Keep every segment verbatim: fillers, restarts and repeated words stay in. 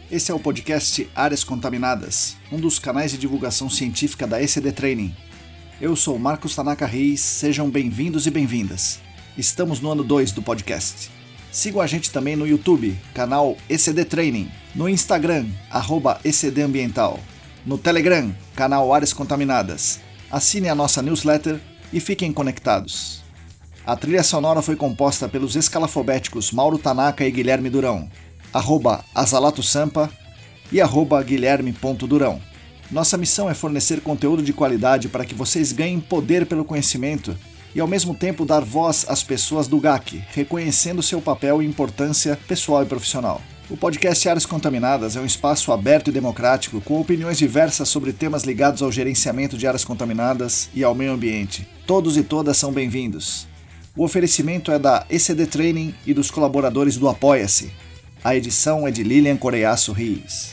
Esse é o podcast Áreas Contaminadas, um dos canais de divulgação científica da E C D Training. Eu sou Marcos Tanaka Reis, sejam bem-vindos e bem-vindas. Estamos no ano dois do podcast. Sigam a gente também no YouTube, canal E C D Training, no Instagram, arroba E C D Ambiental, no Telegram, canal Áreas Contaminadas. Assine a nossa newsletter e fiquem conectados. A trilha sonora foi composta pelos escalafobéticos Mauro Tanaka e Guilherme Durão, arroba Azalato Sampa e arroba Guilherme.Durão. Nossa missão é fornecer conteúdo de qualidade para que vocês ganhem poder pelo conhecimento e ao mesmo tempo dar voz às pessoas do G A C, reconhecendo seu papel e importância pessoal e profissional. O podcast Áreas Contaminadas é um espaço aberto e democrático com opiniões diversas sobre temas ligados ao gerenciamento de áreas contaminadas e ao meio ambiente. Todos e todas são bem-vindos. O oferecimento é da E C D Training e dos colaboradores do Apoia-se. A edição é de Lilian Coreiaço Rios.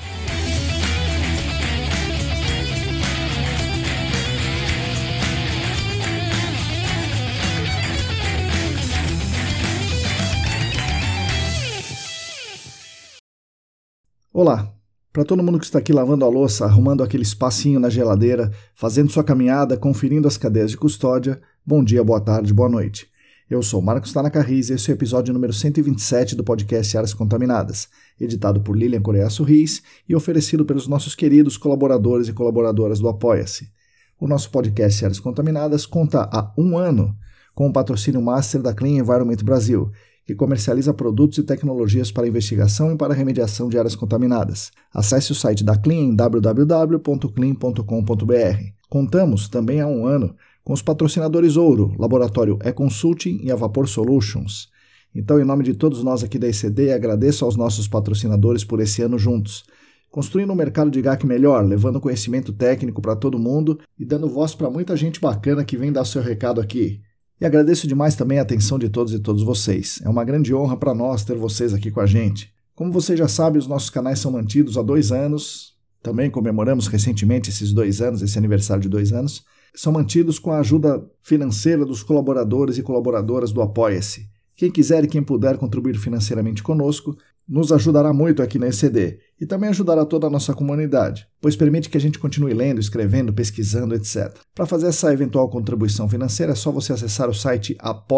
Olá, para todo mundo que está aqui lavando a louça, arrumando aquele espacinho na geladeira, fazendo sua caminhada, conferindo as cadeias de custódia, bom dia, boa tarde, boa noite. Eu sou Marcos Tanaka Reis e esse é o episódio número cento e vinte e sete do podcast Áreas Contaminadas, editado por Lilian Coreiaço Rios e oferecido pelos nossos queridos colaboradores e colaboradoras do Apoia-se. O nosso podcast Áreas Contaminadas conta há um ano com o patrocínio master da Clean Environment Brasil, que comercializa produtos e tecnologias para investigação e para remediação de áreas contaminadas. Acesse o site da Clean em w w w ponto clean ponto com ponto b r. Contamos também há um ano com os patrocinadores Ouro, Laboratório E-Consulting e a Vapor Solutions. Então, em nome de todos nós aqui da E C D, agradeço aos nossos patrocinadores por esse ano juntos, construindo um mercado de G A C melhor, levando conhecimento técnico para todo mundo e dando voz para muita gente bacana que vem dar seu recado aqui. E agradeço demais também a atenção de todos e todas vocês. É uma grande honra para nós ter vocês aqui com a gente. Como vocês já sabem, os nossos canais são mantidos há dois anos. Também comemoramos recentemente esses dois anos, esse aniversário de dois anos. São mantidos com a ajuda financeira dos colaboradores e colaboradoras do Apoia-se. Quem quiser e quem puder contribuir financeiramente conosco, nos ajudará muito aqui na E C D e também ajudará toda a nossa comunidade, pois permite que a gente continue lendo, escrevendo, pesquisando, etcétera. Para fazer essa eventual contribuição financeira é só você acessar o site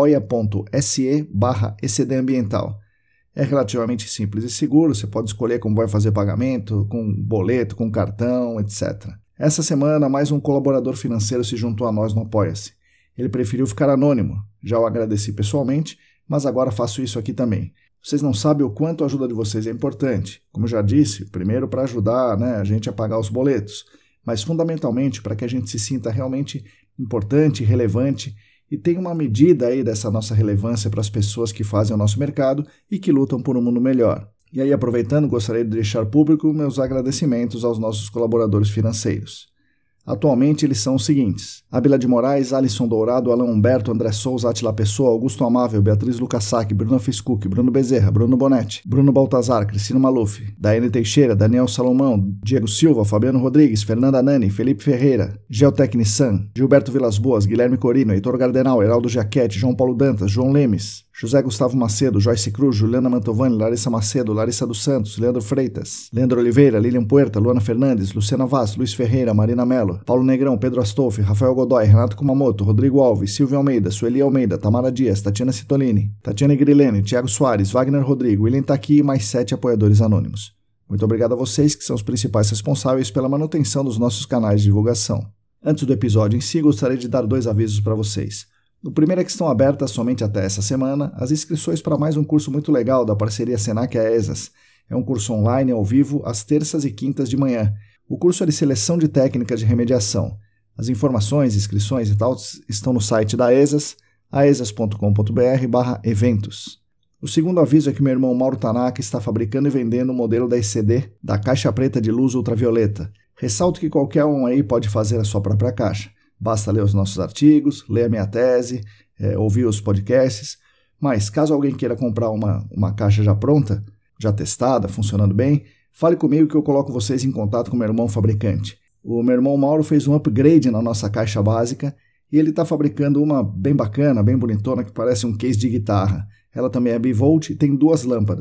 apoia.se barra ecdambiental. É relativamente simples e seguro, você pode escolher como vai fazer pagamento, com boleto, com cartão, etcétera. Essa semana, mais um colaborador financeiro se juntou a nós no Apoia-se. Ele preferiu ficar anônimo, já o agradeci pessoalmente, mas agora faço isso aqui também. Vocês não sabem o quanto a ajuda de vocês é importante. Como já disse, primeiro para ajudar, né, a gente a pagar os boletos, mas fundamentalmente para que a gente se sinta realmente importante, relevante e tenha uma medida aí dessa nossa relevância para as pessoas que fazem o nosso mercado e que lutam por um mundo melhor. E aí, aproveitando, gostaria de deixar público meus agradecimentos aos nossos colaboradores financeiros. Atualmente eles são os seguintes: Abila de Moraes, Alisson Dourado, Alain Humberto, André Souza, Atila Pessoa, Augusto Amável, Beatriz Lucassac, Bruno Fiscuc, Bruno Bezerra, Bruno Bonetti, Bruno Baltazar, Cristina Maluf, Daiane Teixeira, Daniel Salomão, Diego Silva, Fabiano Rodrigues, Fernanda Nani, Felipe Ferreira, Geotecnissan, Gilberto Vilas Boas, Guilherme Corino, Heitor Gardenal, Heraldo Jaquete, João Paulo Dantas, João Lemes, José Gustavo Macedo, Joyce Cruz, Juliana Mantovani, Larissa Macedo, Larissa dos Santos, Leandro Freitas, Leandro Oliveira, Lilian Puerta, Luana Fernandes, Luciana Vaz, Luiz Ferreira, Marina Mello, Paulo Negrão, Pedro Astolfi, Rafael Godoy, Renato Kumamoto, Rodrigo Alves, Silvio Almeida, Sueli Almeida, Tamara Dias, Tatiana Citolini, Tatiana Grilene, Thiago Soares, Wagner Rodrigo, William Taqui e mais sete apoiadores anônimos. Muito obrigado a vocês que são os principais responsáveis pela manutenção dos nossos canais de divulgação. Antes do episódio em si, gostaria de dar dois avisos para vocês. O primeiro é que estão abertas somente até essa semana as inscrições para mais um curso muito legal da parceria Senac e AESAS. É um curso online ao vivo às terças e quintas de manhã. O curso é de seleção de técnicas de remediação. As informações, inscrições e tal estão no site da AESAS, aesas ponto com ponto b r barra eventos. O segundo aviso é que meu irmão Mauro Tanaka está fabricando e vendendo o modelo da E C D da caixa preta de luz ultravioleta. Ressalto que qualquer um aí pode fazer a sua própria caixa. Basta ler os nossos artigos, ler a minha tese, é, ouvir os podcasts. Mas, caso alguém queira comprar uma, uma caixa já pronta, já testada, funcionando bem, fale comigo que eu coloco vocês em contato com meu irmão fabricante. O meu irmão Mauro fez um upgrade na nossa caixa básica e ele está fabricando uma bem bacana, bem bonitona, que parece um case de guitarra. Ela também é bivolt e tem duas lâmpadas.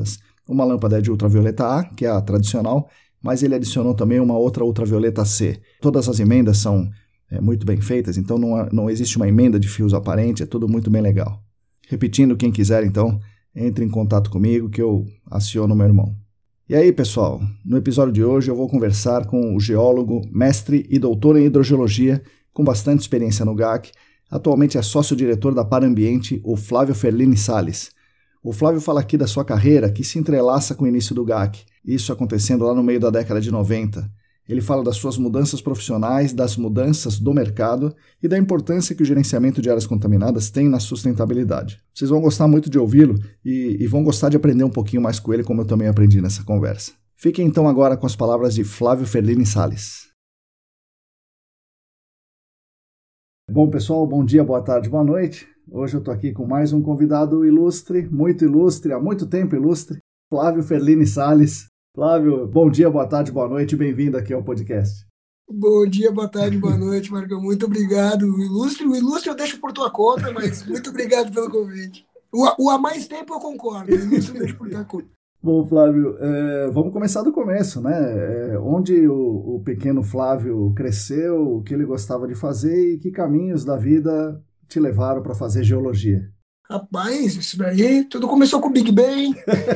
Uma lâmpada é de ultravioleta A, que é a tradicional, mas ele adicionou também uma outra ultravioleta C. Todas as emendas são é, muito bem feitas, então não, há, não existe uma emenda de fios aparente, é tudo muito bem legal. Repetindo, quem quiser, então, entre em contato comigo que eu aciono meu irmão. E aí, pessoal, no episódio de hoje eu vou conversar com o geólogo, mestre e doutor em hidrogeologia, com bastante experiência no G A C, atualmente é sócio-diretor da Parambiente, o Flávio Ferlini Salles. O Flávio fala aqui da sua carreira, que se entrelaça com o início do G A C, isso acontecendo lá no meio da década de noventa. Ele fala das suas mudanças profissionais, das mudanças do mercado e da importância que o gerenciamento de áreas contaminadas tem na sustentabilidade. Vocês vão gostar muito de ouvi-lo e, e vão gostar de aprender um pouquinho mais com ele, como eu também aprendi nessa conversa. Fiquem então agora com as palavras de Flávio Ferlini Salles. Bom, pessoal, bom dia, boa tarde, boa noite. Hoje eu estou aqui com mais um convidado ilustre, muito ilustre, há muito tempo ilustre, Flávio Ferlini Salles. Flávio, bom dia, boa tarde, boa noite, bem-vindo aqui ao podcast. Bom dia, boa tarde, boa noite, Marcão. Muito obrigado. O ilustre, o ilustre eu deixo por tua conta, mas muito obrigado pelo convite. O, o há mais tempo eu concordo, o ilustre eu deixo por tua conta. Bom, Flávio, é, vamos começar do começo, né? É, onde o, o pequeno Flávio cresceu, o que ele gostava de fazer e que caminhos da vida te levaram para fazer geologia? Rapaz, isso daí, tudo começou com o Big Bang.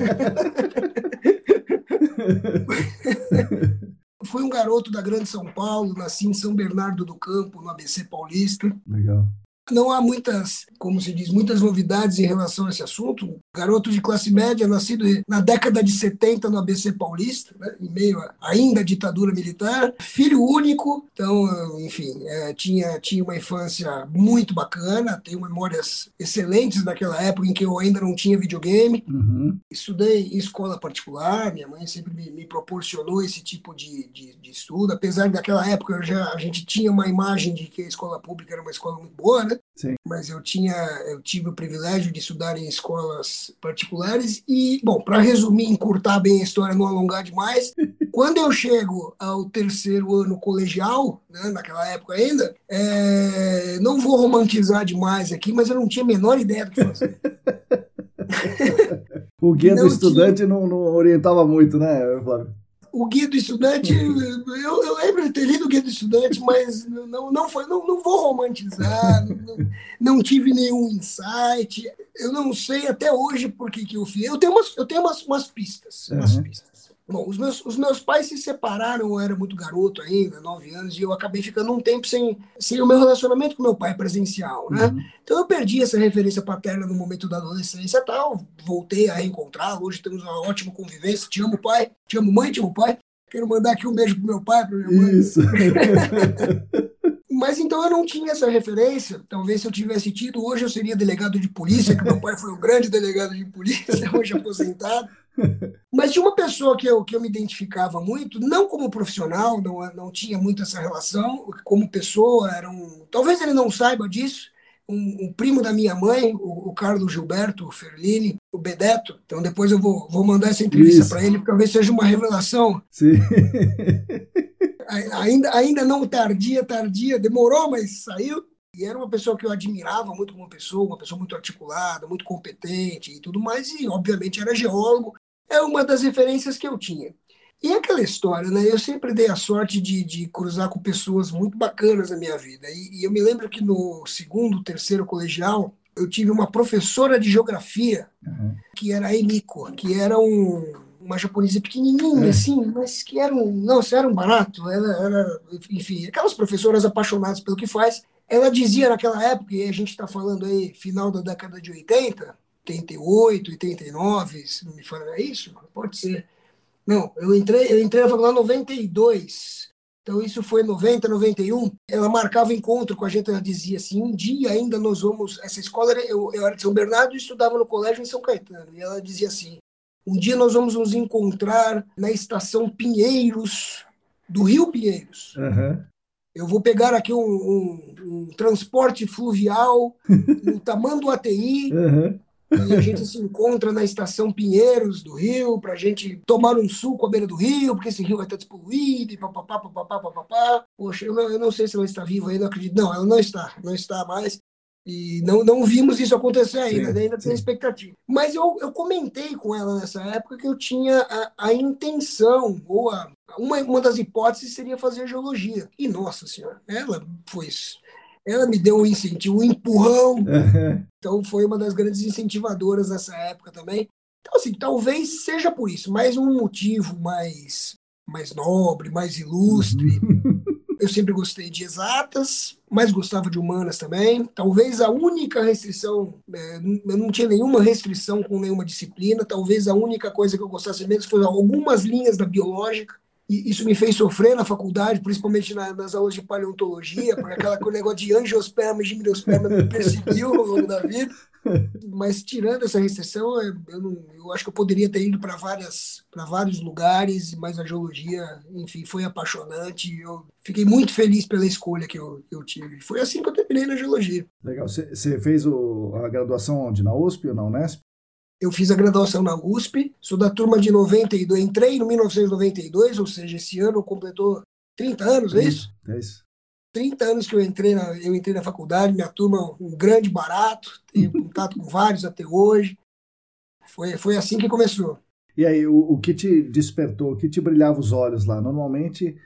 Fui um garoto da Grande São Paulo, nasci em São Bernardo do Campo, no A B C Paulista. Legal. Não há muitas, como se diz, muitas novidades em relação a esse assunto. Garoto de classe média, nascido na década de setenta no A B C Paulista, né, em meio a, ainda à ditadura militar. Filho único, então, enfim, é, tinha, tinha uma infância muito bacana, tenho memórias excelentes daquela época em que eu ainda não tinha videogame. Uhum. Estudei em escola particular, minha mãe sempre me, me proporcionou esse tipo de, de, de estudo, apesar daquela época eu já, a gente tinha uma imagem de que a escola pública era uma escola muito boa, né? Sim. Mas eu tinha, eu tive o privilégio de estudar em escolas particulares e, bom, para resumir, encurtar bem a história, não alongar demais, quando eu chego ao terceiro ano colegial, né, naquela época ainda, é, não vou romantizar demais aqui, mas eu não tinha a menor ideia do que fazer. O guia não do estudante tinha... não, não orientava muito, né, Flávio? O Guia do Estudante, eu, eu lembro de ter lido o Guia do Estudante, mas não, não, foi, não, não vou romantizar, não, não tive nenhum insight. Eu não sei até hoje por que, que eu fiz. Eu tenho umas, eu tenho umas, umas pistas. Umas Uhum. pistas. Bom, os meus, os meus pais se separaram, eu era muito garoto ainda, nove anos, e eu acabei ficando um tempo sem, sem o meu relacionamento com meu pai presencial, né? Uhum. Então eu perdi essa referência paterna no momento da adolescência e tal, voltei a reencontrá-lo, hoje temos uma ótima convivência, te amo pai, te amo mãe, te amo pai, quero mandar aqui um beijo pro meu pai, pra minha mãe. Isso. Mas então eu não tinha essa referência, talvez se eu tivesse tido, hoje eu seria delegado de polícia, que meu pai foi um grande delegado de polícia, hoje aposentado. Mas de uma pessoa que eu, que eu me identificava muito, não como profissional, não, não tinha muito essa relação, como pessoa, era um, talvez ele não saiba disso, um, um primo da minha mãe, o, o Carlos Gilberto Ferlini, o Bedeto. Então depois eu vou, vou mandar essa entrevista para ele, porque talvez seja uma revelação. Sim. Ainda, ainda não tardia, tardia, demorou, mas saiu. E era uma pessoa que eu admirava muito como pessoa, uma pessoa muito articulada, muito competente e tudo mais, e obviamente era geólogo. É uma das referências que eu tinha. E aquela história, né? Eu sempre dei a sorte de, de cruzar com pessoas muito bacanas na minha vida. E, e eu me lembro que no segundo, terceiro colegial, eu tive uma professora de geografia, uhum. que era a Emiko, que era um, uma japonesa pequenininha, é. assim, mas que era um, não, era um barato. Ela era, enfim, aquelas professoras apaixonadas pelo que faz. Ela dizia naquela época, e a gente está falando aí, final da década de oitenta, oitenta e oito, oitenta e nove, se não me falha, é isso? Pode ser. Não, eu entrei, eu entrei na faculdade em noventa e dois, então isso foi noventa, noventa e um. Ela marcava encontro com a gente, ela dizia assim, um dia ainda nós vamos... Essa escola, eu, eu era de São Bernardo e estudava no colégio em São Caetano, e ela dizia assim, um dia nós vamos nos encontrar na estação Pinheiros, do Rio Pinheiros. Uhum. Eu vou pegar aqui um, um, um transporte fluvial no Tamanduateí, A T I, uhum. e a gente se encontra na estação Pinheiros do Rio para a gente tomar um suco à beira do rio, porque esse rio vai estar despoluído e papapá, papapá, papapá. Poxa, eu não, eu não sei se ela está viva ainda, eu acredito. Não, ela não está, não está mais. E não, não vimos isso acontecer ainda, Sim, ainda tem sim. expectativa. Mas eu, eu comentei com ela nessa época que eu tinha a, a intenção, ou a, uma, uma das hipóteses seria fazer geologia. E, nossa senhora, ela foi. Ela me deu um incentivo, um empurrão. Então, foi uma das grandes incentivadoras nessa época também. Então, assim, talvez seja por isso, mais um motivo mais, mais nobre, mais ilustre. Eu sempre gostei de exatas, mas gostava de humanas também. Talvez a única restrição, é, eu não tinha nenhuma restrição com nenhuma disciplina, talvez a única coisa que eu gostasse menos fosse algumas linhas da biológica. E isso me fez sofrer na faculdade, principalmente na, nas aulas de paleontologia, porque aquela, aquele negócio de angiosperma e gimnosperma me perseguiu ao longo da vida. Mas tirando essa restrição, eu, não, eu acho que eu poderia ter ido para várias para vários lugares, mas a geologia, enfim, foi apaixonante. Eu fiquei muito feliz pela escolha que eu, eu tive. Foi assim que eu terminei na geologia. Legal. Você fez o, a graduação onde? Na U S P ou na Unesp? Eu fiz a graduação na U S P, sou da turma de noventa e dois, entrei em mil novecentos e noventa e dois, ou seja, esse ano completou trinta anos, trinta, é isso? É isso. trinta anos que eu entrei na, eu entrei na faculdade, minha turma um grande barato, tenho contato com vários até hoje. Foi, foi assim que começou. E aí, o, o que te despertou, o que te brilhava os olhos lá? Normalmente,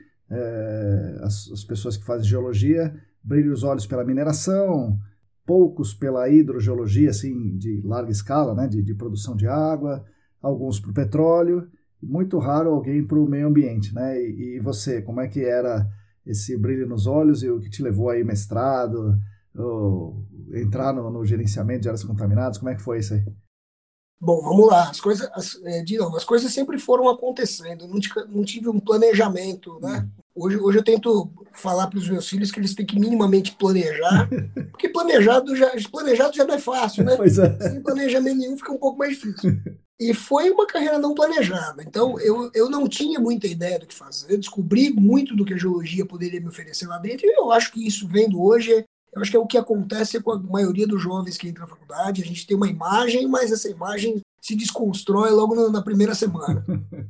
é, as, as pessoas que fazem geologia brilham os olhos pela mineração, poucos pela hidrogeologia, assim, de larga escala, né, de, de produção de água, alguns para o petróleo, muito raro alguém para o meio ambiente, né? E, e você, como é que era esse brilho nos olhos e o que te levou aí mestrado, ou entrar no, no gerenciamento de áreas contaminadas, como é que foi isso aí? Bom, vamos lá. As coisas, as, é, de novo, as coisas sempre foram acontecendo. Eu não, tive, não tive um planejamento, né? Hum. Hoje, hoje eu tento falar para os meus filhos que eles têm que minimamente planejar, porque planejado já, planejado já não é fácil, né? Pois é. Sem planejamento nenhum fica um pouco mais difícil. E foi uma carreira não planejada. Então, eu, eu não tinha muita ideia do que fazer. Eu descobri muito do que a geologia poderia me oferecer lá dentro, e eu acho que isso, vendo hoje, eu acho que é o que acontece com a maioria dos jovens que entram na faculdade. A gente tem uma imagem, mas essa imagem se desconstrói logo na, na primeira semana.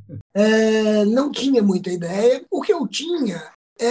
É, não tinha muita ideia. O que eu tinha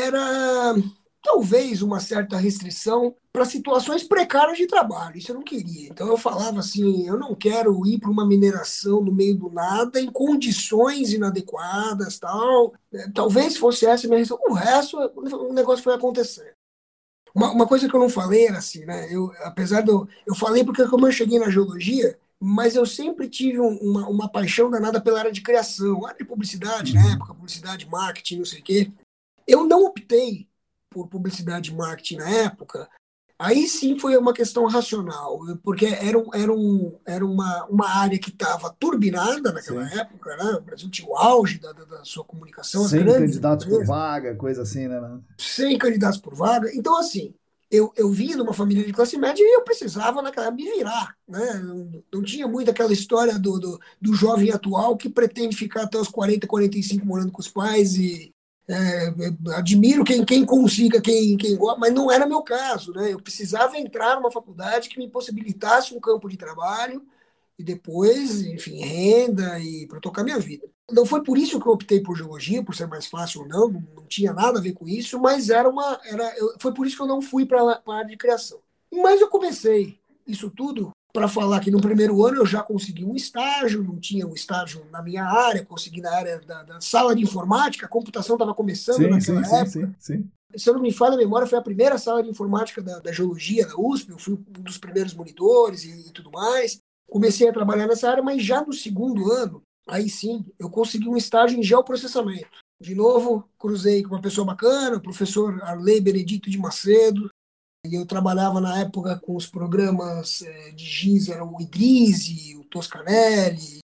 era talvez uma certa restrição para situações precárias de trabalho. Isso eu não queria. Então eu falava assim, eu não quero ir para uma mineração no meio do nada, em condições inadequadas, tal. Talvez fosse essa a minha restrição. O resto, o negócio foi acontecer. Uma, uma coisa que eu não falei era assim, né? Eu, apesar de eu, eu falei porque como eu cheguei na geologia, mas eu sempre tive um, uma, uma paixão danada pela área de criação, área de publicidade na época, publicidade, marketing, não sei o quê. Eu não optei por publicidade e marketing na época. Aí sim foi uma questão racional, porque era, um, era, um, era uma, uma área que estava turbinada naquela Sim. época, né? O Brasil tinha o auge da, da, da sua comunicação, as Sem grandes candidatos empresas, por vaga, coisa assim, né? sem candidatos por vaga. Então, assim, eu, eu vinha de uma família de classe média e eu precisava, naquela época, me virar. Né? Não, não tinha muito aquela história do, do, do jovem atual que pretende ficar até os quarenta, quarenta e cinco morando com os pais e É, admiro quem, quem consiga, quem, quem gosta, mas não era meu caso, né? Eu precisava entrar numa faculdade que me possibilitasse um campo de trabalho e depois, enfim, renda e para tocar minha vida. Não foi por isso que eu optei por geologia, por ser mais fácil ou não, não, não tinha nada a ver com isso, mas era uma, era, eu, foi por isso que eu não fui para a área de criação. Mas eu comecei isso tudo para falar que no primeiro ano eu já consegui um estágio, não tinha um estágio na minha área, consegui na área da, da sala de informática, a computação estava começando sim, naquela sim, época. Sim, sim, sim. Se eu não me falha a memória, foi a primeira sala de informática da, da geologia da U S P, eu fui um dos primeiros monitores e, e tudo mais. Comecei a trabalhar nessa área, mas já no segundo ano, aí sim, eu consegui um estágio em geoprocessamento. De novo, cruzei com uma pessoa bacana, o professor Arley Benedito de Macedo. E eu trabalhava na época com os programas é, de giz, era o Idrisi, o Toscanelli,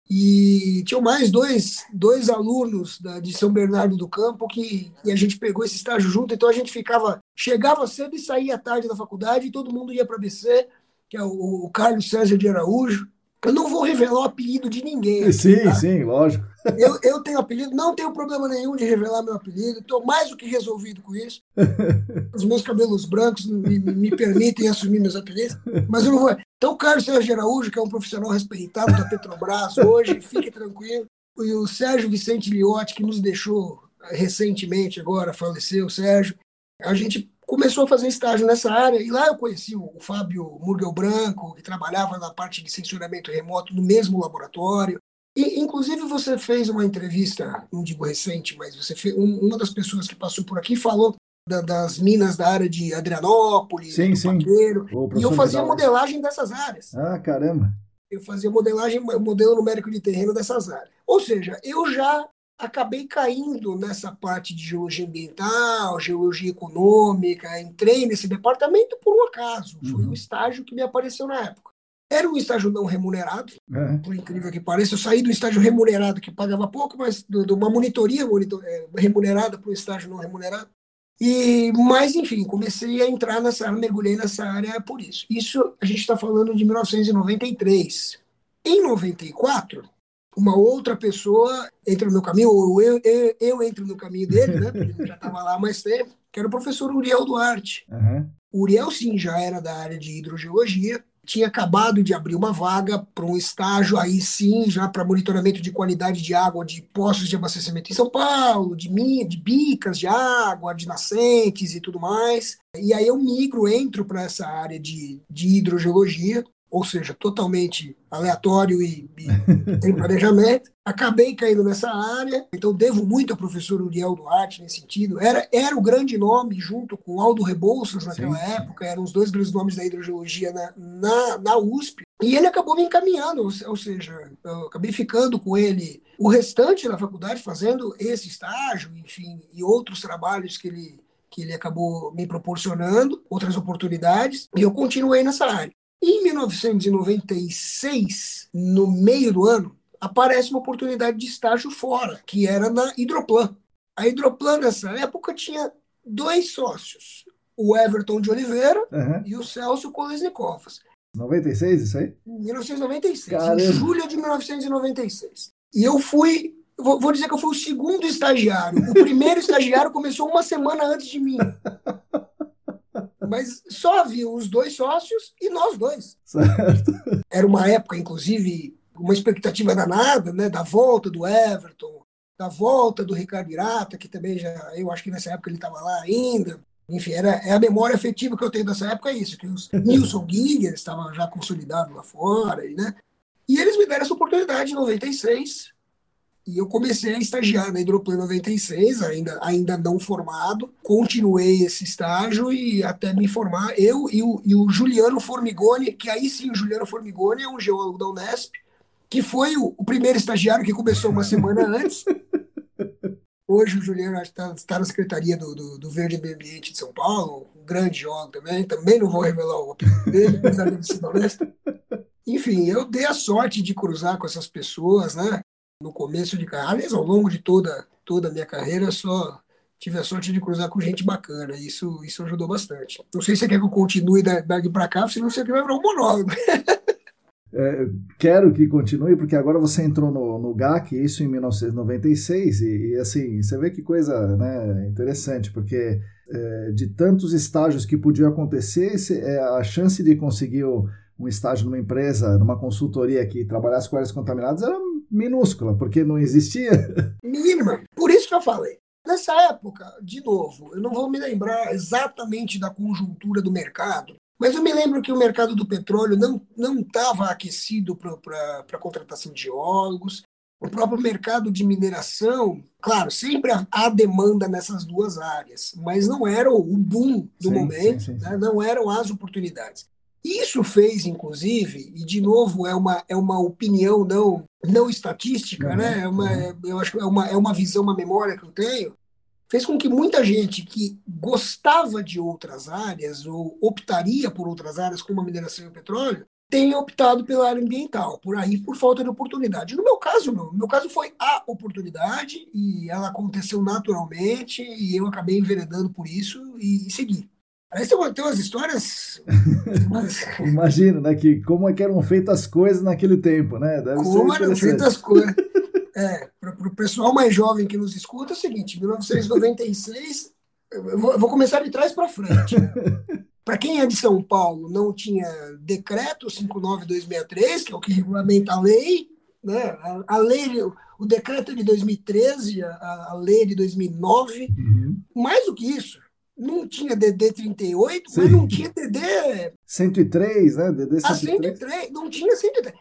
e tinham mais dois, dois alunos da, de São Bernardo do Campo que e a gente pegou esse estágio junto, então a gente ficava, chegava cedo e saía à tarde da faculdade e todo mundo ia para B C, que é o, o Carlos César de Araújo. Eu não vou revelar o apelido de ninguém aqui, sim, tá? Sim, lógico. Eu, eu tenho apelido, não tenho problema nenhum de revelar meu apelido, estou mais do que resolvido com isso. Os meus cabelos brancos me, me permitem assumir meus apelidos, mas eu não vou. Então, o Carlos Sérgio de Araújo, que é um profissional respeitado da Petrobras hoje, fique tranquilo. E o Sérgio Vicente Liotti, que nos deixou recentemente, agora faleceu o Sérgio. A gente começou a fazer estágio nessa área, e lá eu conheci o Fábio Murgel Branco, que trabalhava na parte de sensoramento remoto no mesmo laboratório. E, inclusive, você fez uma entrevista, não digo recente, mas você fez, um, uma das pessoas que passou por aqui falou da, das minas da área de Adrianópolis, sim, do sim. Paqueiro, e eu fazia modelagem dessas áreas. Ah, caramba! Eu fazia modelagem, modelo numérico de terreno dessas áreas. Ou seja, eu já acabei caindo nessa parte de geologia ambiental, geologia econômica, entrei nesse departamento por um acaso. Uhum. Foi um estágio que me apareceu na época. Era um estágio não remunerado, uhum. por incrível que pareça. Eu saí do estágio remunerado, que pagava pouco, mas de uma monitoria monitor, é, remunerada para um estágio não remunerado. E, mas, enfim, comecei a entrar nessa área, mergulhei nessa área por isso. Isso a gente está falando de mil novecentos e noventa e três. Em noventa e quatro, uma outra pessoa entra no meu caminho, ou eu, eu, eu entro no caminho dele, né, porque ele já estava lá há mais tempo, que era o professor Uriel Duarte. Uhum. O Uriel, sim, já era da área de hidrogeologia, tinha acabado de abrir uma vaga para um estágio, aí sim, já para monitoramento de qualidade de água de poços de abastecimento em São Paulo, de, de bicas de água, de nascentes e tudo mais. E aí eu migro, entro para essa área de, de hidrogeologia, ou seja, totalmente aleatório e, e sem planejamento. Acabei caindo nessa área, então devo muito ao professor Uriel Duarte nesse sentido. Era, era o grande nome, junto com Aldo Rebouças naquela sim, época, sim. Eram os dois grandes nomes da hidrogeologia na, na, na U S P. E ele acabou me encaminhando, ou seja, eu acabei ficando com ele o restante da faculdade, fazendo esse estágio, enfim, e outros trabalhos que ele, que ele acabou me proporcionando, outras oportunidades, e eu continuei nessa área. Em mil novecentos e noventa e seis, no meio do ano, aparece uma oportunidade de estágio fora, que era na Hidroplan. A Hidroplan, nessa época, tinha dois sócios, o Everton de Oliveira uhum. e o Celso Kolesnikovas. noventa e seis, isso aí? Em mil novecentos e noventa e seis, Caramba. em julho de mil novecentos e noventa e seis. E eu fui, vou, vou dizer que eu fui o segundo estagiário. O primeiro estagiário começou uma semana antes de mim. Mas só havia os dois sócios e nós dois. Certo. Era uma época, inclusive, uma expectativa danada, né, da volta do Everton, da volta do Ricardo Irata, que também já, eu acho que nessa época ele estava lá ainda. Enfim, era, é a memória afetiva que eu tenho dessa época, é isso, que os Nilson Giger estavam já consolidados lá fora, né? E eles me deram essa oportunidade em noventa e seis, e eu comecei a estagiar na Hidroplan noventa e seis, ainda, ainda não formado. Continuei esse estágio e até me formar. Eu e o, e o Juliano Formigoni, que aí sim, o Juliano Formigoni é um geólogo da Unesp, que foi o, o primeiro estagiário que começou uma semana antes. Hoje o Juliano está, está na Secretaria do, do, do Verde e Meio Ambiente de São Paulo, um grande geólogo também. Também não vou revelar o apelido dele, apesar de ser honesto. Enfim, eu dei a sorte de cruzar com essas pessoas, né? No começo de carreira, aliás, ao longo de toda, toda a minha carreira, eu só tive a sorte de cruzar com gente bacana. Isso, isso ajudou bastante. Não sei se você quer que eu continue daqui para cá, senão você vai virar um monólogo. É, quero que continue, porque agora você entrou no, no G A C, isso em mil novecentos e noventa e seis, e, e assim, você vê que coisa, né, interessante, porque é, de tantos estágios que podiam acontecer, esse, é, a chance de conseguir o, um estágio numa empresa, numa consultoria que trabalhasse com áreas contaminadas era minúscula, porque não existia. Mínima. Por isso que eu falei. Nessa época, de novo, eu não vou me lembrar exatamente da conjuntura do mercado, mas eu me lembro que o mercado do petróleo não não estava aquecido para a contratação de geólogos. O próprio mercado de mineração, claro, sempre há demanda nessas duas áreas, mas não era o boom do sim, momento, sim, sim, né? Não eram as oportunidades. Isso fez, inclusive, e de novo é uma, é uma opinião não, não estatística, uhum, né? É uma, uhum. Eu acho que é uma, é uma visão, uma memória que eu tenho, fez com que muita gente que gostava de outras áreas ou optaria por outras áreas, como a mineração e o petróleo, tenha optado pela área ambiental, por aí, por falta de oportunidade. No meu caso, não. No meu caso foi a oportunidade e ela aconteceu naturalmente e eu acabei enveredando por isso e, e segui. Aí você tem umas histórias... Imagina, né, que como é que eram feitas as coisas naquele tempo, né? Deve como eram feitas as coisas. É, para o pessoal mais jovem que nos escuta, é o seguinte, em mil novecentos e noventa e seis, eu vou, eu vou começar de trás para frente. Para quem é de São Paulo, não tinha decreto cinco nove dois seis três, que é o que regulamenta a lei, né? A, a lei, o, o decreto é de dois mil e treze, a, a lei é de dois mil e nove. Uhum. Mais do que isso, não tinha D D trinta e oito, Sim. mas não tinha D D... cento e três, né? D D A cento e três. cento e três, não tinha cento e três.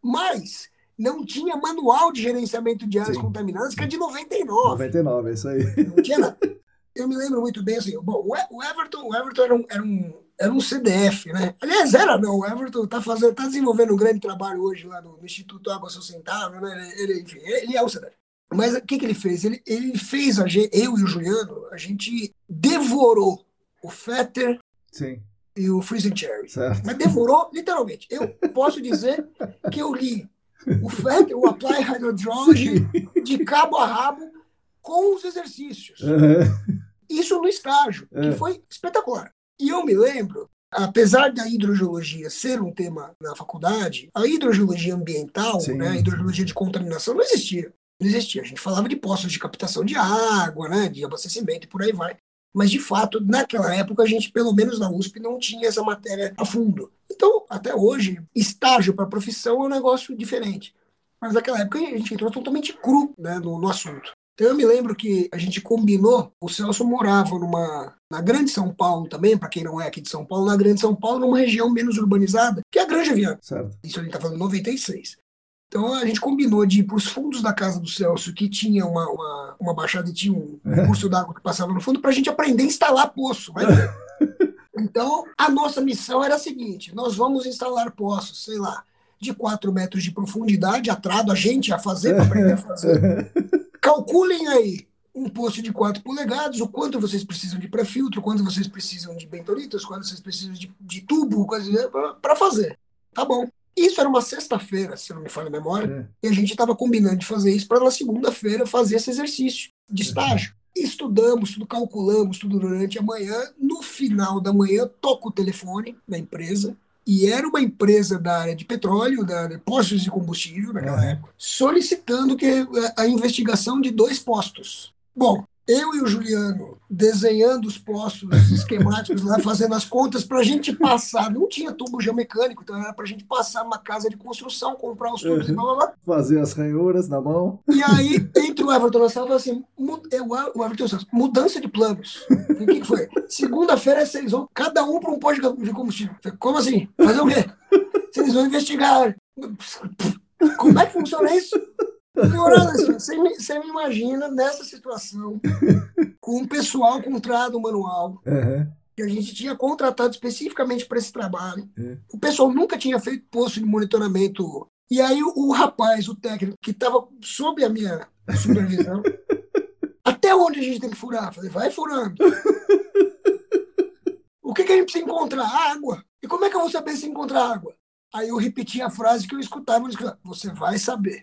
Mas não tinha manual de gerenciamento de áreas Sim. contaminadas, que é de noventa e nove. noventa e nove, é isso aí. Não tinha nada. Eu me lembro muito bem, assim, bom, o Everton, o Everton era, um, era, um, era um C D F, né? Aliás, era não, o Everton está fazendo, tá desenvolvendo um grande trabalho hoje lá no, no Instituto Água Sustentável, né? Ele, enfim, ele é um C D F. Mas o que, que ele fez? Ele, ele fez, a gente, eu e o Juliano, a gente devorou o Fetter Sim. e o Freezing Cherry. Certo. Mas devorou, literalmente. Eu posso dizer que eu li o Fetter, o Apply Hydrodrology, de cabo a rabo, com os exercícios. Uhum. Isso no estágio, Uhum. que foi espetacular. E eu me lembro, apesar da hidrogeologia ser um tema na faculdade, a hidrogeologia ambiental, Sim, né, a hidrogeologia de contaminação não existia. Não existia. A gente falava de poços de captação de água, né, de abastecimento e por aí vai. Mas, de fato, naquela época, a gente, pelo menos na U S P, não tinha essa matéria a fundo. Então, até hoje, estágio para a profissão é um negócio diferente. Mas naquela época, a gente entrou totalmente cru, né, no, no assunto. Então, eu me lembro que a gente combinou, o Celso morava numa, na Grande São Paulo também, para quem não é aqui de São Paulo, na Grande São Paulo, numa região menos urbanizada, que é a Granja Viana. Certo. Isso a gente está falando em noventa e seis. Então a gente combinou de ir para os fundos da casa do Celso, que tinha uma, uma, uma baixada e tinha um curso d'água que passava no fundo, para a gente aprender a instalar poço. Vai ver. Então a nossa missão era a seguinte: nós vamos instalar poços, sei lá, de quatro metros de profundidade, atrado a gente ia fazer para aprender a fazer. Calculem aí um poço de quatro polegadas, o quanto vocês precisam de pré-filtro, quanto vocês precisam de bentonitas, quanto vocês precisam de, de tubo, para fazer. Tá bom. Isso era uma sexta-feira, se não me falha a memória, é. E a gente estava combinando de fazer isso para na segunda-feira fazer esse exercício de estágio. É. Estudamos, tudo calculamos, tudo durante a manhã. No final da manhã, toco o telefone na empresa, e era uma empresa da área de petróleo, da área de postos de combustível naquela é. época, solicitando que a investigação de dois postos. Bom, eu e o Juliano desenhando os postos esquemáticos lá, fazendo as contas para a gente passar. Não tinha tubo geomecânico, então era para a gente passar numa casa de construção, comprar os tubos uhum. e blá blá blá. Fazer as ranhuras na mão. E aí, entre o Everton na sala, falou assim: o Everton, mudança de planos. O que, que foi? Segunda-feira, vocês vão, cada um para um posto de combustível. Falei, como assim? Fazer o quê? Vocês vão investigar. Como é que funciona isso? Você me, você me imagina nessa situação, com um pessoal contratado manual, uhum. que a gente tinha contratado especificamente para esse trabalho. Uhum. O pessoal nunca tinha feito posto de monitoramento. E aí o, o rapaz, o técnico, que estava sob a minha supervisão, até onde a gente tem que furar? Falei, vai furando. O que, que a gente precisa encontrar? Água. E como é que eu vou saber se encontrar água? Aí eu repeti a frase que eu escutava, eu escutava, você vai saber.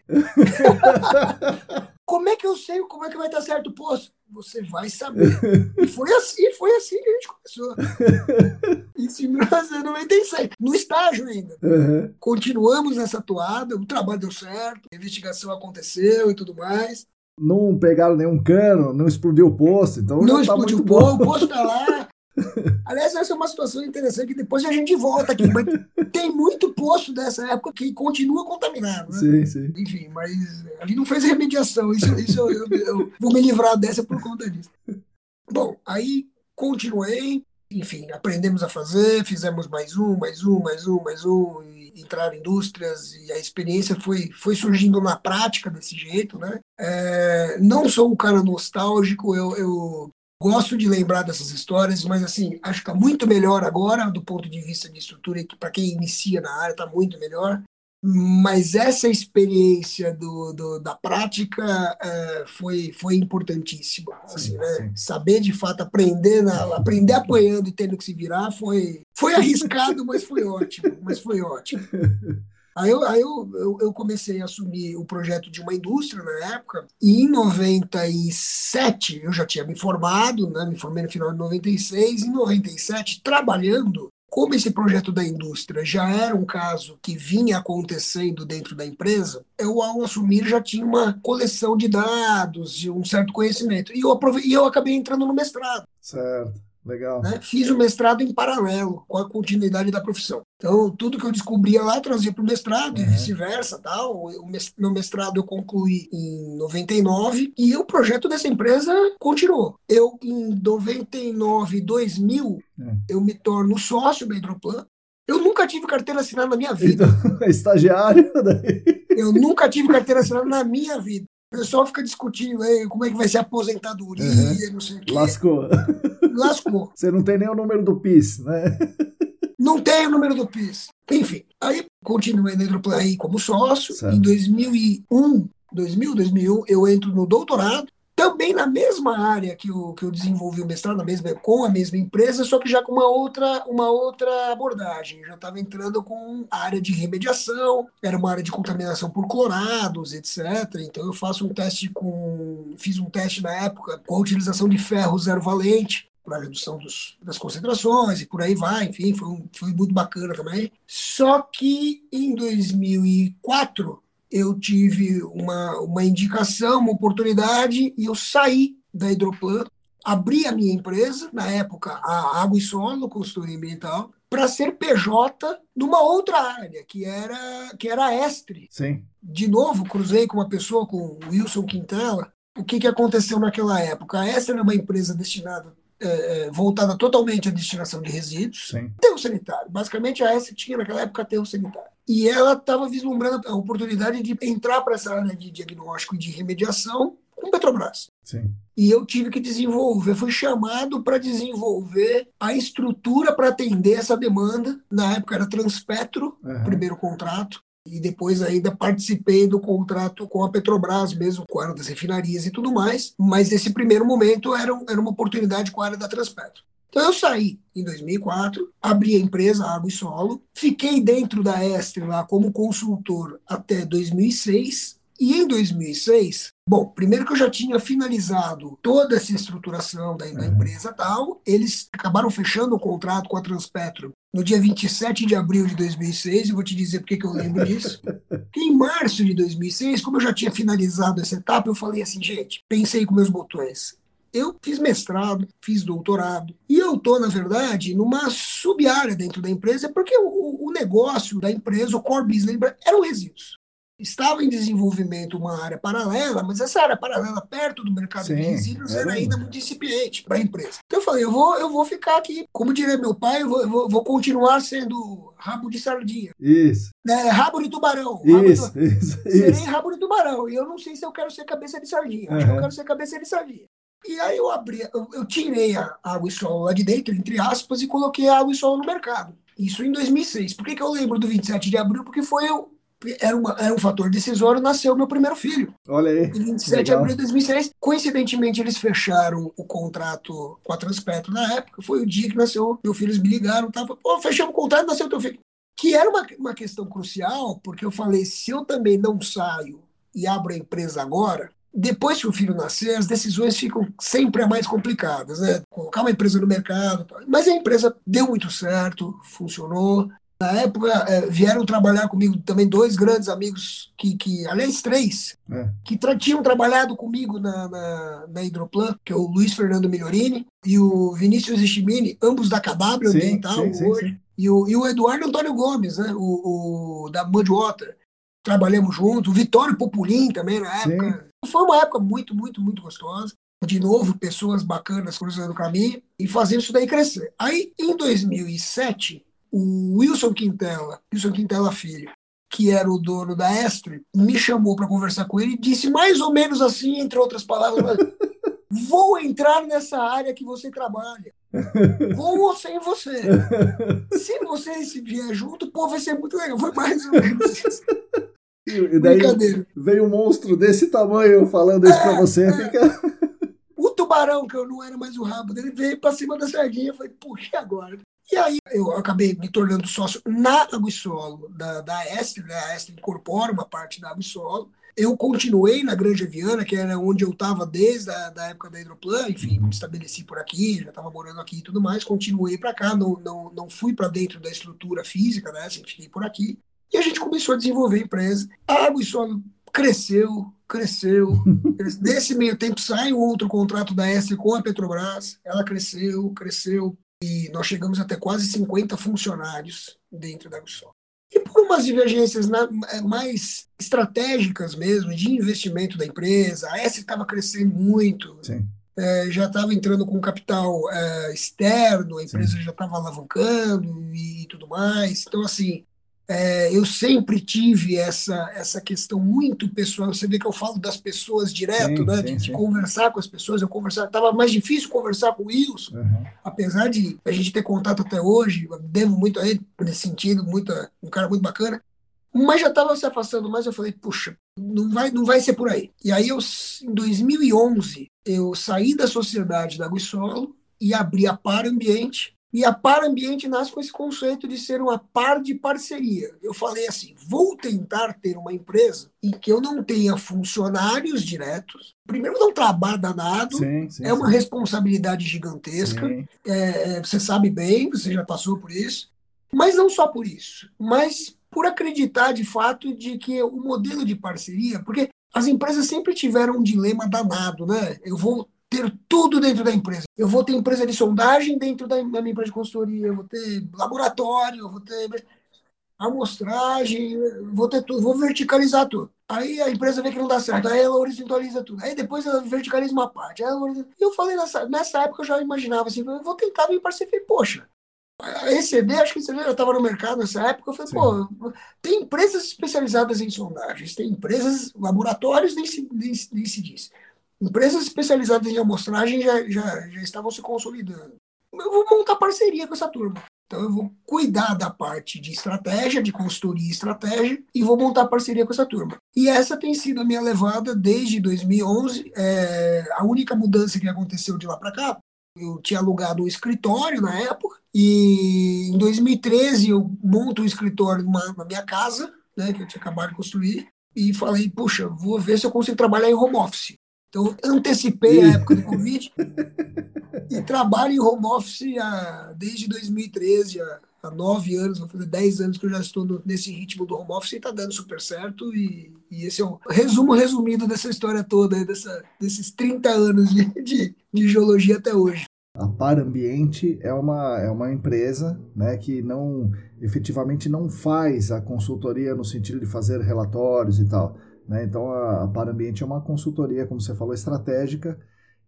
Como é que eu sei como é que vai estar certo o poço? Você vai saber. E foi assim, foi assim que a gente começou. Isso em mil novecentos e noventa e seis, no estágio ainda. Uhum. Continuamos nessa toada, o trabalho deu certo, a investigação aconteceu e tudo mais. Não pegaram nenhum cano, não explodiu o poço, então não já explodiu tá o poço, o poço está lá. Aliás, essa é uma situação interessante que depois a gente volta aqui, mas tem muito poço dessa época que continua contaminado, né? Sim, sim. Enfim, mas a gente não fez remediação, isso, isso eu, eu, eu vou me livrar dessa por conta disso. Bom, aí continuei, enfim, aprendemos a fazer, fizemos mais um, mais um, mais um, mais um, e entraram em indústrias, e a experiência foi, foi surgindo na prática desse jeito, né? É, não sou um cara nostálgico, eu... eu gosto de lembrar dessas histórias, mas assim, acho que está muito melhor agora, do ponto de vista de estrutura, que para quem inicia na área está muito melhor. Mas essa experiência do, do, da prática é, foi, foi importantíssima. Assim, sim, né? Sim. Saber de fato aprender, na, aprender apanhando e tendo que se virar foi, foi arriscado, mas foi ótimo. Mas foi ótimo. Aí, eu, aí eu, eu, eu comecei a assumir o projeto de uma indústria na época, e em noventa e sete eu já tinha me formado, né? Me formei no final de noventa e seis, em noventa e sete, trabalhando, como esse projeto da indústria já era um caso que vinha acontecendo dentro da empresa, eu, ao assumir, já tinha uma coleção de dados, de um certo conhecimento, e eu, aprove- e eu acabei entrando no mestrado. Certo. Legal. Né? Fiz o mestrado em paralelo com a continuidade da profissão. Então, tudo que eu descobria lá, trazia para o mestrado, uhum. e vice-versa. Tal. O meu mestrado eu concluí em noventa e nove e o projeto dessa empresa continuou. Eu, em noventa e nove, dois mil, uhum. eu me torno sócio da Hidroplan. Eu nunca tive carteira assinada na minha vida. Então, estagiário? Daí. Eu nunca tive carteira assinada na minha vida. O pessoal fica discutindo aí como é que vai ser a aposentadoria, uhum. não sei o quê. Lascou. Lascou. Você não tem nem o número do PIS, né? Não tem o número do PIS. Enfim, aí continuei na Hidroplan aí como sócio. Certo. Em dois mil e um, dois mil, dois mil e um, eu entro no doutorado, também na mesma área que eu, que eu desenvolvi o mestrado, na mesma, com a mesma empresa, só que já com uma outra, uma outra abordagem. Eu já estava entrando com a área de remediação, era uma área de contaminação por clorados, etcétera. Então eu faço um teste com. Fiz um teste na época com a utilização de ferro zero valente para a redução dos, das concentrações e por aí vai, enfim, foi, um, foi muito bacana também. Só que em dois mil e quatro eu tive uma, uma indicação, uma oportunidade, e eu saí da Hidroplan, abri a minha empresa, na época a Água e Solo, consultoria ambiental, para ser P J numa outra área, que era, que era a Estre. Sim. De novo, cruzei com uma pessoa, com o Wilson Quintela. O que, que aconteceu naquela época? A Estre era uma empresa destinada É, voltada totalmente à destinação de resíduos. Sim. Aterro sanitário. Basicamente, a ESSE tinha naquela época aterro sanitário. E ela estava vislumbrando a oportunidade de entrar para essa área de diagnóstico e de remediação com Petrobras. Sim. E eu tive que desenvolver, fui chamado para desenvolver a estrutura para atender essa demanda. Na época era Transpetro, uhum. primeiro contrato. E depois ainda participei do contrato com a Petrobras mesmo, com a área das refinarias e tudo mais. Mas nesse primeiro momento era, era uma oportunidade com a área da Transpetro. Então eu saí em dois mil e quatro, abri a empresa Água e Solo, fiquei dentro da Estre lá como consultor até dois mil e seis. E em dois mil e seis, bom, primeiro que eu já tinha finalizado toda essa estruturação da, da empresa e tal, eles acabaram fechando o contrato com a Transpetro no dia vinte e sete de abril de dois mil e seis, e vou te dizer por que eu lembro disso. Porque em março de dois mil e seis, como eu já tinha finalizado essa etapa, eu falei assim, gente, pensei com meus botões. Eu fiz mestrado, fiz doutorado, e eu estou, na verdade, numa sub-área dentro da empresa, porque o, o negócio da empresa, o core business, eram resíduos. Estava em desenvolvimento uma área paralela, mas essa área paralela perto do mercado Sim, de resíduos era, era ainda muito incipiente para a empresa. Então eu falei, eu vou, eu vou ficar aqui, como diria meu pai, eu vou, eu vou, vou continuar sendo rabo de sardinha. Isso. É, rabo de tubarão. Isso, rabo de... isso, Serei isso. rabo de tubarão. E eu não sei se eu quero ser cabeça de sardinha. Acho uhum. que eu quero ser cabeça de sardinha. E aí eu abri, eu, eu tirei a Água e Solo lá de dentro, entre aspas, e coloquei a Água e Solo no mercado. Isso em dois mil e seis. Por que, que eu lembro do vinte e sete de abril? Porque foi eu. Era, uma, era um fator decisório, nasceu meu primeiro filho. Olha aí. Em vinte e sete de abril de dois mil e seis. Coincidentemente, eles fecharam o contrato com a Transpetro na época. Foi o dia que nasceu. Meus filhos me ligaram. Tava, Pô, fechamos o contrato, nasceu teu filho. Que era uma, uma questão crucial, porque eu falei, se eu também não saio e abro a empresa agora, depois que o filho nascer, as decisões ficam sempre mais complicadas, né? Colocar uma empresa no mercado. Mas a empresa deu muito certo, funcionou. Na época, é, vieram trabalhar comigo também dois grandes amigos, que, que aliás, três, é. que tra- tinham trabalhado comigo na, na, na Hidroplan, que é o Luiz Fernando Migliorini e o Vinícius Ishimini, ambos da Cadábrio Ambiental sim, sim, hoje, sim, sim. E, o, e o Eduardo Antônio Gomes, né, o, o da Mudwater. Trabalhamos juntos, o Vitório Populin também na época. Sim. Foi uma época muito, muito, muito gostosa. De novo, pessoas bacanas cruzando o caminho e fazendo isso daí crescer. Aí, em dois mil e sete... o Wilson Quintela, Wilson Quintela Filho, que era o dono da Estre, me chamou para conversar com ele e disse mais ou menos assim, entre outras palavras, vou entrar nessa área que você trabalha, com ou sem você. Se você se vier junto, pô, vai ser muito legal. Foi mais ou menos isso. E daí veio um monstro desse tamanho falando isso é, para você, é. fica... O tubarão, que eu não era mais o rabo dele, veio para cima da sardinha. Eu falei, puxa, e agora? E aí eu acabei me tornando sócio na Água e Solo da, da Estre, né? A Estre incorpora uma parte da Água e Solo. Eu continuei na Granja Viana, que era onde eu estava desde a da época da Hidroplan, enfim, me estabeleci por aqui, já estava morando aqui e tudo mais, continuei para cá, não, não, não fui para dentro da estrutura física, né? Assim, fiquei por aqui. E a gente começou a desenvolver a empresa. A Água e Solo cresceu, cresceu. Nesse meio tempo sai um outro contrato da S com a Petrobras, ela cresceu, cresceu, e nós chegamos até quase cinquenta funcionários dentro da Agussol. E por umas divergências na, mais estratégicas mesmo, de investimento da empresa, a S estava crescendo muito, é, já estava entrando com capital é, externo, a empresa Sim. já estava alavancando e, e tudo mais. Então, assim, é, eu sempre tive essa, essa questão muito pessoal. Você vê que eu falo das pessoas direto, sim, né? Sim, de, de conversar com as pessoas. Eu conversava, estava mais difícil conversar com o Wilson, uhum. apesar de a gente ter contato até hoje. Eu devo muito a ele nesse sentido, muita, um cara muito bacana. Mas já estava se afastando mais. Eu falei, puxa, não vai, não vai ser por aí. E aí, eu, em dois mil e onze, eu saí da sociedade da Água e Solo e abri a Par Ambiente. E a Par Ambiente nasce com esse conceito de ser uma par de parceria. Eu falei assim, vou tentar ter uma empresa em que eu não tenha funcionários diretos. Primeiro, não trabalho danado, sim, sim, é uma sim. responsabilidade gigantesca. É, você sabe bem, você já passou por isso. Mas não só por isso, mas por acreditar de fato de que o modelo de parceria, porque as empresas sempre tiveram um dilema danado, né? Eu vou ter tudo dentro da empresa. Eu vou ter empresa de sondagem dentro da minha empresa de consultoria, eu vou ter laboratório, eu vou ter amostragem, vou ter tudo, vou verticalizar tudo. Aí a empresa vê que não dá certo, aí ela horizontaliza tudo. Aí depois ela verticaliza uma parte. Aí ela... Eu falei, nessa, nessa época eu já imaginava assim, eu vou tentar vir parceria. Falei, poxa, a E C D, acho que você já estava no mercado nessa época, eu falei, Sim. pô, tem empresas especializadas em sondagens, tem empresas, laboratórios, nem se, nem, nem se diz. Empresas especializadas em amostragem já, já, já estavam se consolidando. Eu vou montar parceria com essa turma. Então eu vou cuidar da parte de estratégia, de consultoria e estratégia, e vou montar parceria com essa turma. E essa tem sido a minha levada desde dois mil e onze. É, a única mudança que aconteceu de lá para cá, eu tinha alugado um escritório na época, e em dois mil e treze eu monto um escritório numa, na minha casa, né, que eu tinha acabado de construir, e falei, puxa, vou ver se eu consigo trabalhar em home office. Então, antecipei a época do Covid e trabalho em home office há, desde dois mil e treze, há, há nove anos, vou fazer dez anos que eu já estou no, nesse ritmo do home office e está dando super certo. E, e esse é o resumo resumido dessa história toda, dessa, desses trinta anos de, de, de geologia até hoje. A Par Ambiente é uma, é uma empresa, né, que não, efetivamente não faz a consultoria no sentido de fazer relatórios e tal. Né? Então, a, a Par Ambiente é uma consultoria, como você falou, estratégica,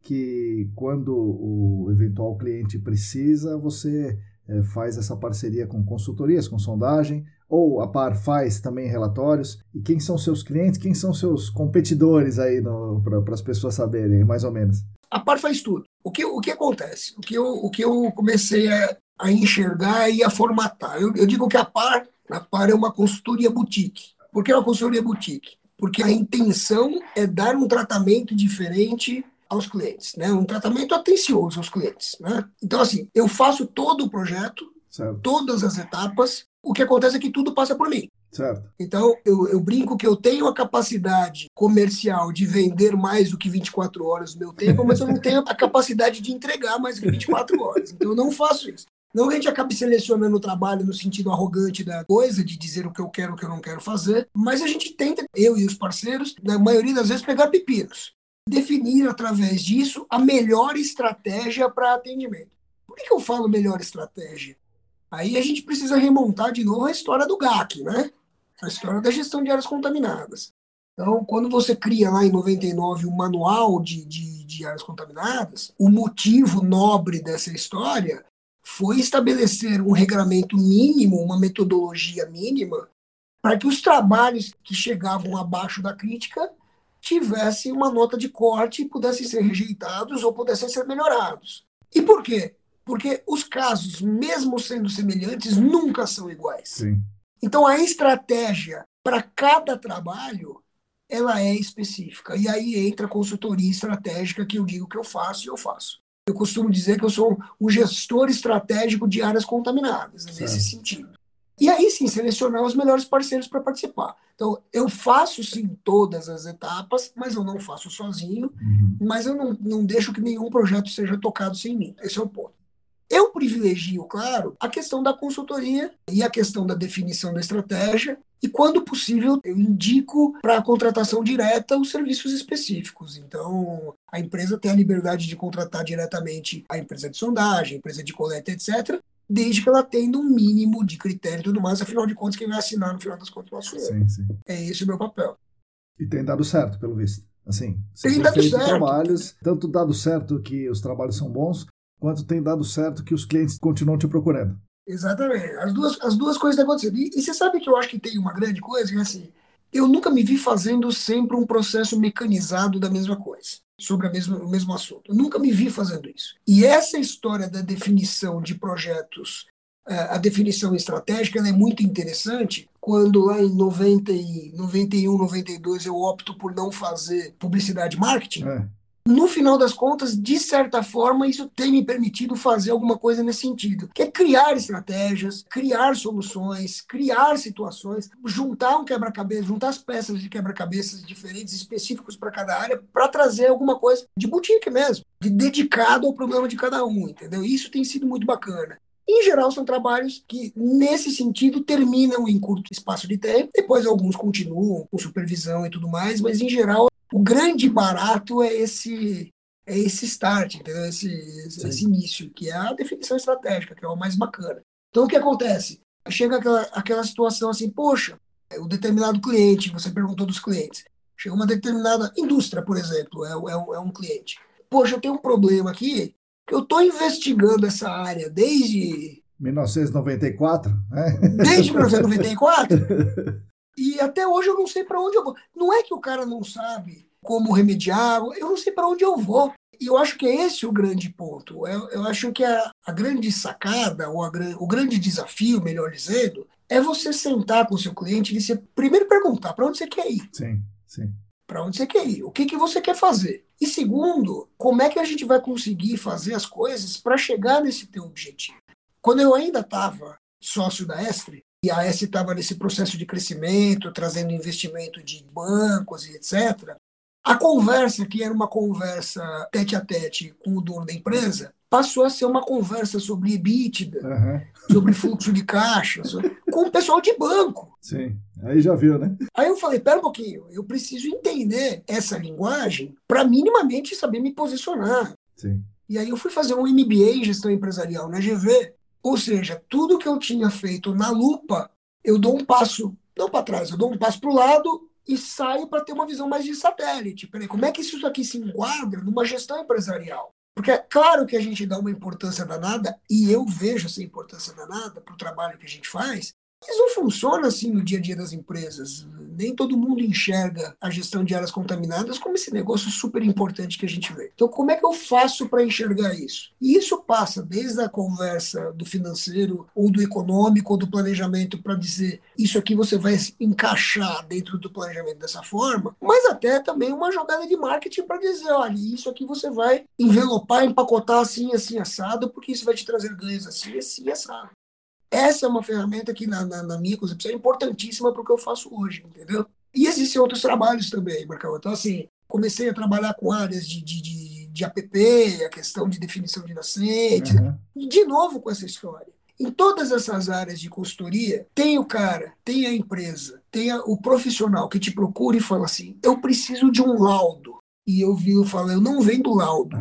que quando o eventual cliente precisa, você é, faz essa parceria com consultorias, com sondagem, ou a Par faz também relatórios. E quem são seus clientes, quem são seus competidores aí para as pessoas saberem, mais ou menos? A Par faz tudo. O que, o que acontece? O que eu, o que eu comecei a, a enxergar e a formatar. Eu, eu digo que a Par, a Par é uma consultoria boutique. Por que uma consultoria boutique? Porque a intenção é dar um tratamento diferente aos clientes, né? Um tratamento atencioso aos clientes, né? Então, assim, eu faço todo o projeto, certo. Todas as etapas. O que acontece é que tudo passa por mim. Certo. Então, eu, eu brinco que eu tenho a capacidade comercial de vender mais do que vinte e quatro horas do meu tempo, mas eu não tenho a capacidade de entregar mais do que vinte e quatro horas. Então, eu não faço isso. Não que a gente acabe selecionando o trabalho no sentido arrogante da coisa, de dizer o que eu quero, o que eu não quero fazer, mas a gente tenta, eu e os parceiros, na maioria das vezes, pegar pepinos. Definir, através disso, a melhor estratégia para atendimento. Por que eu falo melhor estratégia? Aí a gente precisa remontar de novo a história do G A C, né? A história da gestão de áreas contaminadas. Então, quando você cria lá em noventa e nove um manual de, de, de áreas contaminadas, o motivo nobre dessa história foi estabelecer um regramento mínimo, uma metodologia mínima, para que os trabalhos que chegavam abaixo da crítica tivessem uma nota de corte e pudessem ser rejeitados ou pudessem ser melhorados. E por quê? Porque os casos, mesmo sendo semelhantes, nunca são iguais. Sim. Então, a estratégia para cada trabalho, ela é específica. E aí entra a consultoria estratégica, que eu digo que eu faço e eu faço. Eu costumo dizer que eu sou um gestor estratégico de áreas contaminadas, certo. Nesse sentido. E aí sim, selecionar os melhores parceiros para participar. Então, eu faço sim todas as etapas, mas eu não faço sozinho, uhum. Mas eu não, não deixo que nenhum projeto seja tocado sem mim. Esse é o ponto. Eu privilegio, claro, a questão da consultoria e a questão da definição da estratégia. E, quando possível, eu indico para a contratação direta os serviços específicos. Então, a empresa tem a liberdade de contratar diretamente a empresa de sondagem, a empresa de coleta, etcétera, desde que ela tenha um mínimo de critério e tudo mais. Afinal de contas, quem vai assinar, no final das contas, não sou eu. Sim, sim. É esse o meu papel. E tem dado certo, pelo visto. Assim, você tem tem feito certo. trabalhos, tanto dado certo que os trabalhos são bons, quanto tem dado certo que os clientes continuam te procurando. Exatamente. As duas, as duas coisas estão acontecendo. E, e você sabe que eu acho que tem uma grande coisa, que é assim, eu nunca me vi fazendo sempre um processo mecanizado da mesma coisa, sobre a mesma, o mesmo assunto. Eu nunca me vi fazendo isso. E essa história da definição de projetos, a definição estratégica, ela é muito interessante. Quando lá em noventa e, noventa e um, noventa e dois eu opto por não fazer publicidade e marketing, É. No final das contas, de certa forma, isso tem me permitido fazer alguma coisa nesse sentido, que é criar estratégias, criar soluções, criar situações, juntar um quebra-cabeça, juntar as peças de quebra-cabeças diferentes, específicos para cada área, para trazer alguma coisa de boutique mesmo, de dedicado ao problema de cada um, entendeu? Isso tem sido muito bacana. Em geral, são trabalhos que, nesse sentido, terminam em curto espaço de tempo, depois alguns continuam com supervisão e tudo mais, mas, em geral, o grande barato é esse, é esse start, entendeu? Esse, esse, esse início, que é a definição estratégica, que é o mais bacana. Então, o que acontece? Chega aquela, aquela situação assim, poxa, o determinado cliente, você perguntou dos clientes, chega uma determinada indústria, por exemplo, é, é, é um cliente. Poxa, eu tenho um problema aqui, que eu estou investigando essa área desde... mil novecentos e noventa e quatro, né? Desde mil novecentos e noventa e quatro. E até hoje eu não sei para onde eu vou. Não é que o cara não sabe como remediar, eu não sei para onde eu vou. E eu acho que é esse o grande ponto. Eu, eu acho que a, a grande sacada, ou a, o grande desafio, melhor dizendo, é você sentar com o seu cliente e você primeiro perguntar para onde você quer ir. Sim, sim. Para onde você quer ir? O que, que você quer fazer? E segundo, como é que a gente vai conseguir fazer as coisas para chegar nesse teu objetivo? Quando eu ainda estava sócio da Estre, e a Estre estava nesse processo de crescimento, trazendo investimento de bancos e etcétera, a conversa, que era uma conversa tete a tete com o dono da empresa, passou a ser uma conversa sobre EBITDA, uhum. sobre fluxo de caixa, sobre... com o pessoal de banco. Sim, aí já viu, né? Aí eu falei, pera um pouquinho, eu preciso entender essa linguagem para minimamente saber me posicionar. Sim. E aí eu fui fazer um M B A em gestão empresarial na G V, ou seja, tudo que eu tinha feito na lupa, eu dou um passo, não para trás, eu dou um passo para o lado e saio para ter uma visão mais de satélite. Peraí, como é que isso aqui se enquadra numa gestão empresarial? Porque é claro que a gente dá uma importância danada, e eu vejo essa importância danada para o trabalho que a gente faz, mas não funciona assim no dia a dia das empresas. Nem todo mundo enxerga a gestão de áreas contaminadas como esse negócio super importante que a gente vê. Então, como é que eu faço para enxergar isso? E isso passa desde a conversa do financeiro, ou do econômico, ou do planejamento, para dizer isso aqui você vai encaixar dentro do planejamento dessa forma, mas até também uma jogada de marketing para dizer, olha, isso aqui você vai envelopar, empacotar assim, assim, assado, porque isso vai te trazer ganhos assim, assim, assado. Essa é uma ferramenta que, na, na, na minha concepção, é importantíssima para o que eu faço hoje, entendeu? E existem outros trabalhos também, Marcão. Então, assim, comecei a trabalhar com áreas de, de, de, de app, a questão de definição de nascentes, uhum. de novo com essa história. Em todas essas áreas de consultoria, tem o cara, tem a empresa, tem a, o profissional que te procura e fala assim, eu preciso de um laudo. E eu vi, eu falo, eu não vendo laudo.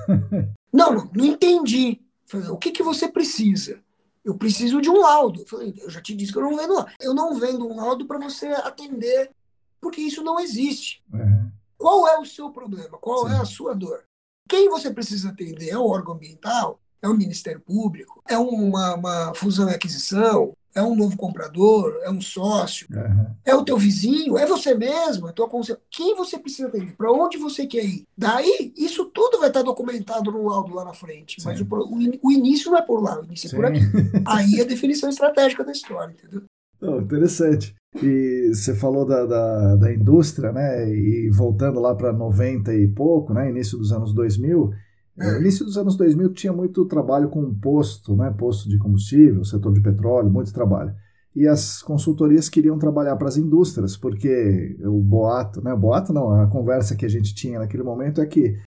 não, não, não entendi. Falei, o que, que você precisa? Eu preciso de um laudo. Eu falei, eu já te disse que eu não vendo laudo. Eu não vendo um laudo para você atender, porque isso não existe. Uhum. Qual é o seu problema? Qual Sim. é a sua dor? Quem você precisa atender? É o órgão ambiental? É o Ministério Público? É uma, uma fusão e aquisição? É um novo comprador? É um sócio? Uhum. É o teu vizinho? É você mesmo? É tua consciência? Quem você precisa atender? Para onde você quer ir? Daí, isso tudo vai estar documentado no laudo lá na frente. Sim. Mas o, o, o início não é por lá, o início Sim. é por aqui. Aí é a definição estratégica da história, entendeu? Oh, interessante. E você falou da, da, da indústria, né? E voltando lá para noventa e pouco, né? Início dos anos dois mil... No é. início dos anos dois mil tinha muito trabalho com posto, né, posto de combustível, setor de petróleo, muito trabalho. E as consultorias queriam trabalhar para as indústrias, porque o boato, né, o boato não, a conversa que a gente tinha naquele momento é que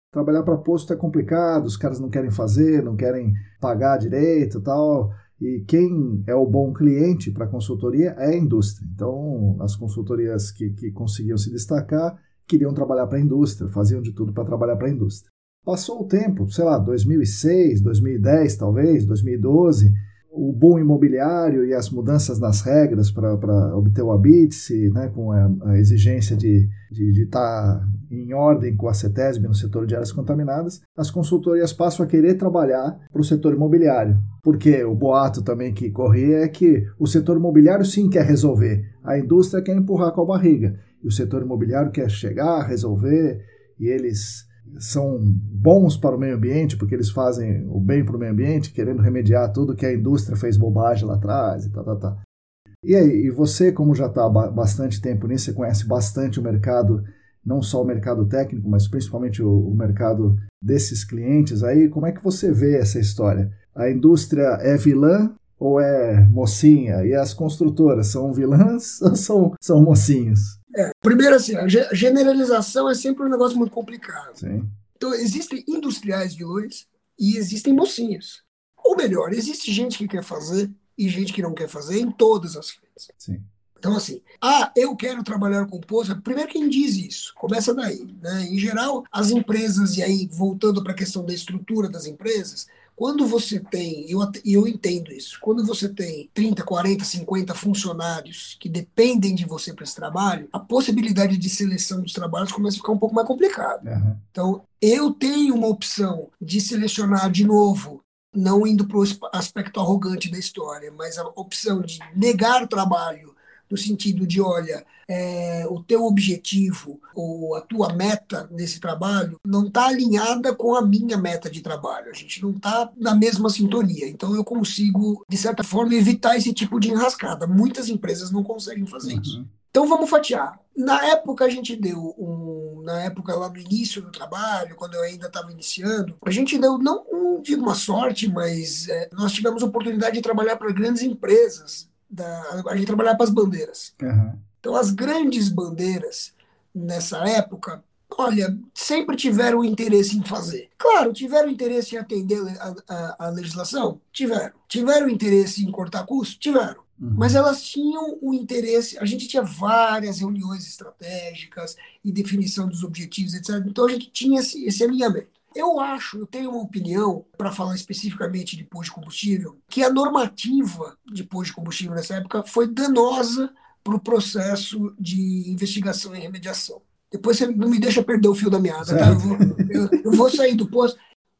trabalhar para posto é complicado, os caras não querem fazer, não querem pagar direito e tal. E quem é o bom cliente para a consultoria é a indústria. Então, as consultorias que, que conseguiam se destacar queriam trabalhar para a indústria, faziam de tudo para trabalhar para a indústria. Passou o tempo, sei lá, dois mil e seis, dois mil e dez talvez, dois mil e doze, o boom imobiliário e as mudanças nas regras para obter o habite-se, né, com a, a exigência de estar de, de tá em ordem com a CETESB no setor de áreas contaminadas, as consultorias passam a querer trabalhar para o setor imobiliário. Porque o boato também que corria é que o setor imobiliário sim quer resolver, a indústria quer empurrar com a barriga, e o setor imobiliário quer chegar, resolver, e eles são bons para o meio ambiente, porque eles fazem o bem para o meio ambiente, querendo remediar tudo que a indústria fez bobagem lá atrás e tal, tal, tal. E aí, e você, como já está há bastante tempo nisso, você conhece bastante o mercado, não só o mercado técnico, mas principalmente o, o mercado desses clientes aí, como é que você vê essa história? A indústria é vilã ou é mocinha? E as construtoras são vilãs ou são, são mocinhos? É, primeiro, assim, a generalização é sempre um negócio muito complicado. Sim. Então, existem industriais vilões e existem mocinhos. Ou melhor, existe gente que quer fazer e gente que não quer fazer em todas as frentes. Sim. Então, assim, ah, eu quero trabalhar com poço. Primeiro, quem diz isso? Começa daí, né? Em geral, as empresas, e aí, voltando para a questão da estrutura das empresas, quando você tem, e eu, eu entendo isso, quando você tem trinta, quarenta, cinquenta funcionários que dependem de você para esse trabalho, a possibilidade de seleção dos trabalhos começa a ficar um pouco mais complicada. Uhum. Então, eu tenho uma opção de selecionar de novo, não indo para o aspecto arrogante da história, mas a opção de negar o trabalho no sentido de, olha, é, o teu objetivo ou a tua meta nesse trabalho não está alinhada com a minha meta de trabalho. A gente não está na mesma sintonia. Então, eu consigo, de certa forma, evitar esse tipo de enrascada. Muitas empresas não conseguem fazer Uhum. isso. Então, vamos fatiar. Na época, a gente deu um... Na época, lá no início do trabalho, quando eu ainda estava iniciando, a gente deu, não, não digo uma sorte, mas é, nós tivemos a oportunidade de trabalhar para grandes empresas. Da, a gente trabalhava para as bandeiras. Uhum. Então, as grandes bandeiras, nessa época, olha, sempre tiveram interesse em fazer. Claro, tiveram interesse em atender a, a, a legislação? Tiveram. Tiveram interesse em cortar custos? Tiveram. Uhum. Mas elas tinham o interesse, a gente tinha várias reuniões estratégicas e definição dos objetivos, etcétera. Então, a gente tinha esse, esse alinhamento. Eu acho, eu tenho uma opinião, para falar especificamente de posto de combustível, que a normativa de posto de combustível nessa época foi danosa para o processo de investigação e remediação. Depois você não me deixa perder o fio da meada, tá? Eu vou, eu, eu vou sair do posto.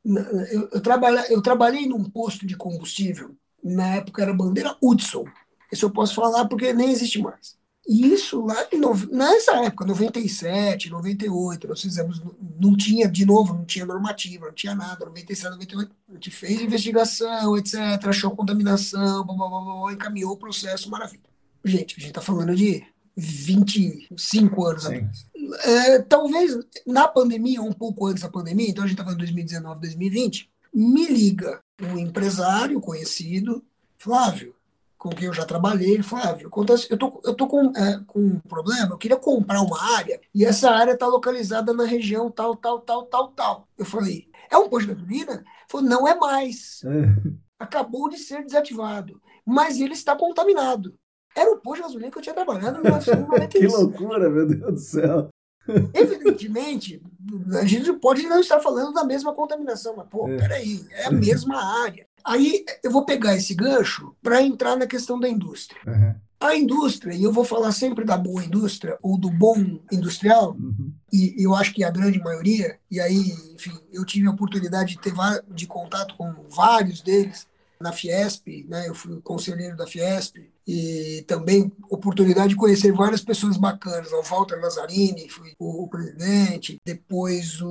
Eu, eu, trabalha, eu trabalhei num posto de combustível, na época era a bandeira Hudson. Isso eu posso falar porque nem existe mais. E isso lá em no... nessa época, noventa e sete, noventa e oito, nós fizemos, não tinha, de novo, não tinha normativa, não tinha nada, noventa e sete, noventa e oito, a gente fez investigação, etcétera, achou contaminação, blá, blá, blá, blá, encaminhou o processo, maravilha. Gente, a gente está falando de vinte e cinco anos Sim. atrás. É, talvez na pandemia, um pouco antes da pandemia, então a gente está falando de dois mil e dezenove, dois mil e vinte, me liga um empresário conhecido, Flávio, com quem eu já trabalhei, Flávio, acontece, eu tô, eu tô com, é, com um problema, eu queria comprar uma área, e essa área está localizada na região tal, tal, tal, tal, tal. Eu falei, é um posto de gasolina? Ele falou, não é mais. É. Acabou de ser desativado, mas ele está contaminado. Era o posto de gasolina que eu tinha trabalhado em mil novecentos e noventa e sete. Que loucura, meu Deus do céu. Evidentemente, a gente pode não estar falando da mesma contaminação, mas, pô, É. peraí, é a mesma área. Aí eu vou pegar esse gancho para entrar na questão da indústria. Uhum. A indústria, e eu vou falar sempre da boa indústria, ou do bom industrial, Uhum. e eu acho que a grande maioria, e aí, enfim, eu tive a oportunidade de ter de contato com vários deles na Fiesp, né? Eu fui conselheiro da Fiesp, e também oportunidade de conhecer várias pessoas bacanas, o Walter Lazzarini, fui o, o presidente, depois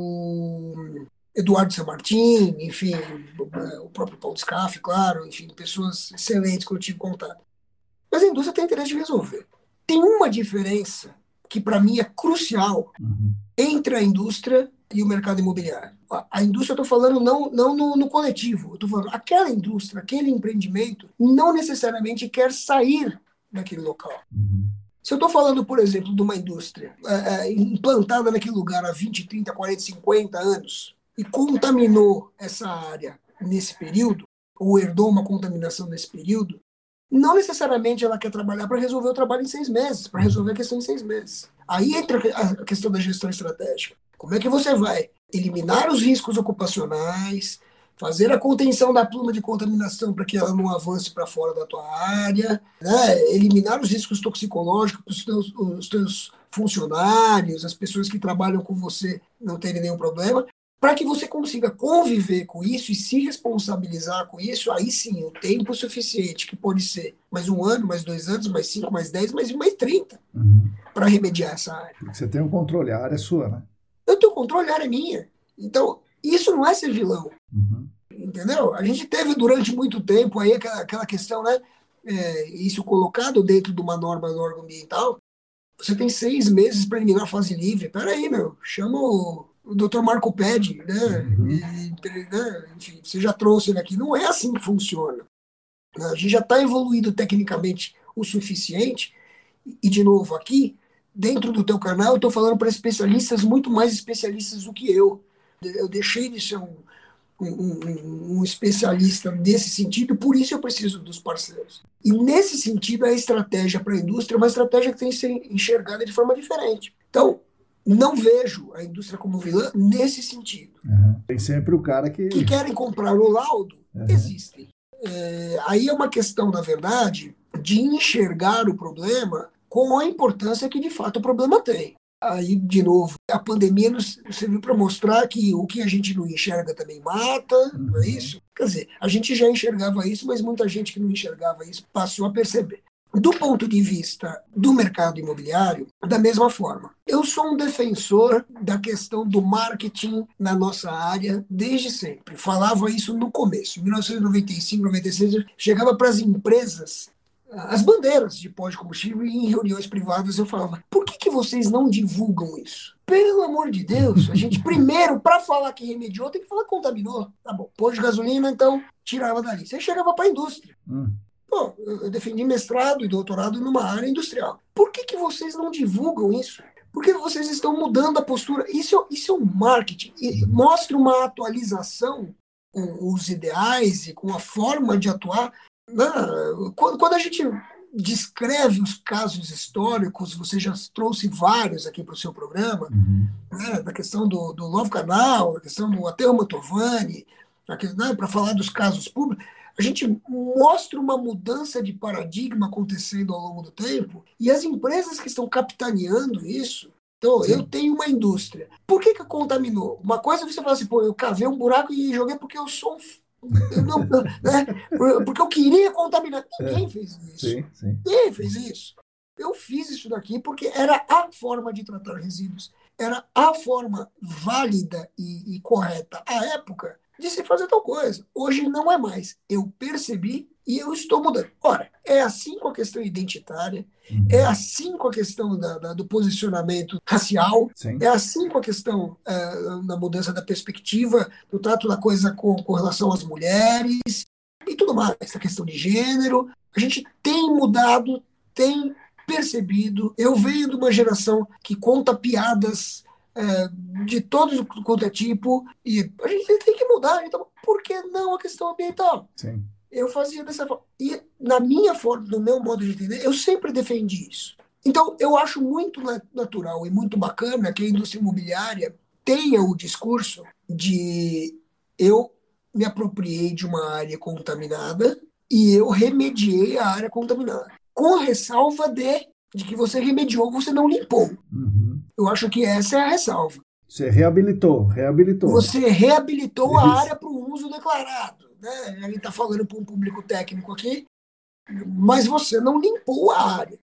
o Eduardo Samartim, enfim, o próprio Paulo Scaff, claro, enfim, pessoas excelentes que eu tive contato. Mas a indústria tem interesse de resolver. Tem uma diferença que, para mim, é crucial Uhum. entre a indústria e o mercado imobiliário. A indústria, eu estou falando não, não no, no coletivo, eu estou falando aquela indústria, aquele empreendimento, não necessariamente quer sair daquele local. Uhum. Se eu estou falando, por exemplo, de uma indústria é, é, implantada naquele lugar há vinte, trinta, quarenta, cinquenta anos e contaminou essa área nesse período, ou herdou uma contaminação nesse período, não necessariamente ela quer trabalhar para resolver o trabalho em seis meses, para resolver a questão em seis meses. Aí entra a questão da gestão estratégica. Como é que você vai eliminar os riscos ocupacionais, fazer a contenção da pluma de contaminação para que ela não avance para fora da tua área, né? Eliminar os riscos toxicológicos para os teus, os teus funcionários, as pessoas que trabalham com você não terem nenhum problema, para que você consiga conviver com isso e se responsabilizar com isso, aí sim, o tempo suficiente, que pode ser mais um ano, mais dois anos, mais cinco, mais dez, mais, mais trinta, uhum. para remediar essa área. Porque você tem um controle, a área é sua, né? Eu tenho controle, a área é minha. Então, isso não é ser vilão. Uhum. Entendeu? A gente teve durante muito tempo aí aquela, aquela questão, né? É, isso colocado dentro de uma norma do órgão ambiental. Você tem seis meses para eliminar a fase livre. Peraí, meu, chama o, o doutor Marco Pedi, né? Uhum. E, né? Enfim, você já trouxe ele aqui. Não é assim que funciona. A gente já está evoluído tecnicamente o suficiente. E, de novo, aqui, dentro do teu canal, eu estou falando para especialistas muito mais especialistas do que eu. Eu deixei de ser um, um, um, um especialista nesse sentido, por isso eu preciso dos parceiros. E nesse sentido, a estratégia para a indústria é uma estratégia que tem que ser enxergada de forma diferente. Então, não vejo a indústria como vilã nesse sentido. Uhum. Tem sempre o cara que... Que querem comprar o laudo, uhum. existem. É, aí é uma questão, na verdade, de enxergar o problema com a importância que, de fato, o problema tem. Aí, de novo, a pandemia nos serviu para mostrar que o que a gente não enxerga também mata, uhum. não é isso? Quer dizer, a gente já enxergava isso, mas muita gente que não enxergava isso passou a perceber. Do ponto de vista do mercado imobiliário, da mesma forma. Eu sou um defensor da questão do marketing na nossa área desde sempre. Falava isso no começo. Em mil novecentos e noventa e cinco, noventa e seis, eu chegava para as empresas, as bandeiras de pós de combustível, e em reuniões privadas eu falava, por que, que vocês não divulgam isso? Pelo amor de Deus, a gente primeiro, para falar que remediou, tem que falar que contaminou. Tá bom, pôs de gasolina, então tirava dali. Você chegava para a indústria. Hum. Pô, eu defendi mestrado e doutorado numa área industrial. Por que, que vocês não divulgam isso? Por que vocês estão mudando a postura? Isso é, isso é um marketing. E mostra uma atualização com os ideais e com a forma de atuar. Quando, quando a gente descreve os casos históricos, você já trouxe vários aqui para o seu programa, uhum. né, da questão do, do Love Canal, da questão do Aterro Mantovani, né, para falar dos casos públicos. A gente mostra uma mudança de paradigma acontecendo ao longo do tempo e as empresas que estão capitaneando isso. Então, Sim. eu tenho uma indústria. Por que que contaminou? Uma coisa é você falar assim, pô, eu cavei um buraco e joguei porque eu sou um... Eu não, né? Porque eu queria contaminar. Ninguém é. fez isso. Sim, sim. Ninguém fez isso. Eu fiz isso daqui porque era a forma de tratar resíduos. Era a forma válida e, e correta à época de se fazer tal coisa. Hoje não é mais. Eu percebi e eu estou mudando. Ora, é assim com a questão identitária, uhum. é assim com a questão da, da, do posicionamento racial, Sim. é assim com a questão uh, da mudança da perspectiva, do trato da coisa com, com relação às mulheres e tudo mais, a questão de gênero. A gente tem mudado, tem percebido. Eu venho de uma geração que conta piadas É, de todo quanto é tipo, e a gente tem que mudar. Então, por que não a questão ambiental? Sim. Eu fazia dessa forma. E na minha forma, no meu modo de entender, eu sempre defendi isso. Então, eu acho muito natural e muito bacana que a indústria imobiliária tenha o discurso de eu me apropriei de uma área contaminada e eu remediei a área contaminada. Com a ressalva de, de que você remediou, você não limpou. Uhum. Eu acho que essa é a ressalva. Você reabilitou, reabilitou. Você reabilitou Isso. a área para o uso declarado. Né? A gente está falando para um público técnico aqui, mas você não limpou a área.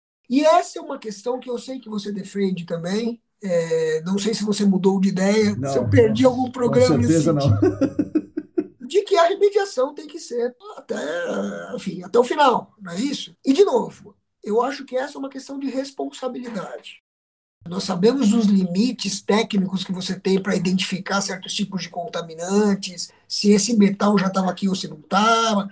E essa é uma questão que eu sei que você defende também. É, não sei se você mudou de ideia, não, se eu perdi não, algum programa com certeza nesse sentido. Não. De que a remediação tem que ser até, enfim, até o final, não é isso? E, de novo, eu acho que essa é uma questão de responsabilidade. Nós sabemos os limites técnicos que você tem para identificar certos tipos de contaminantes, se esse metal já estava aqui ou se não estava.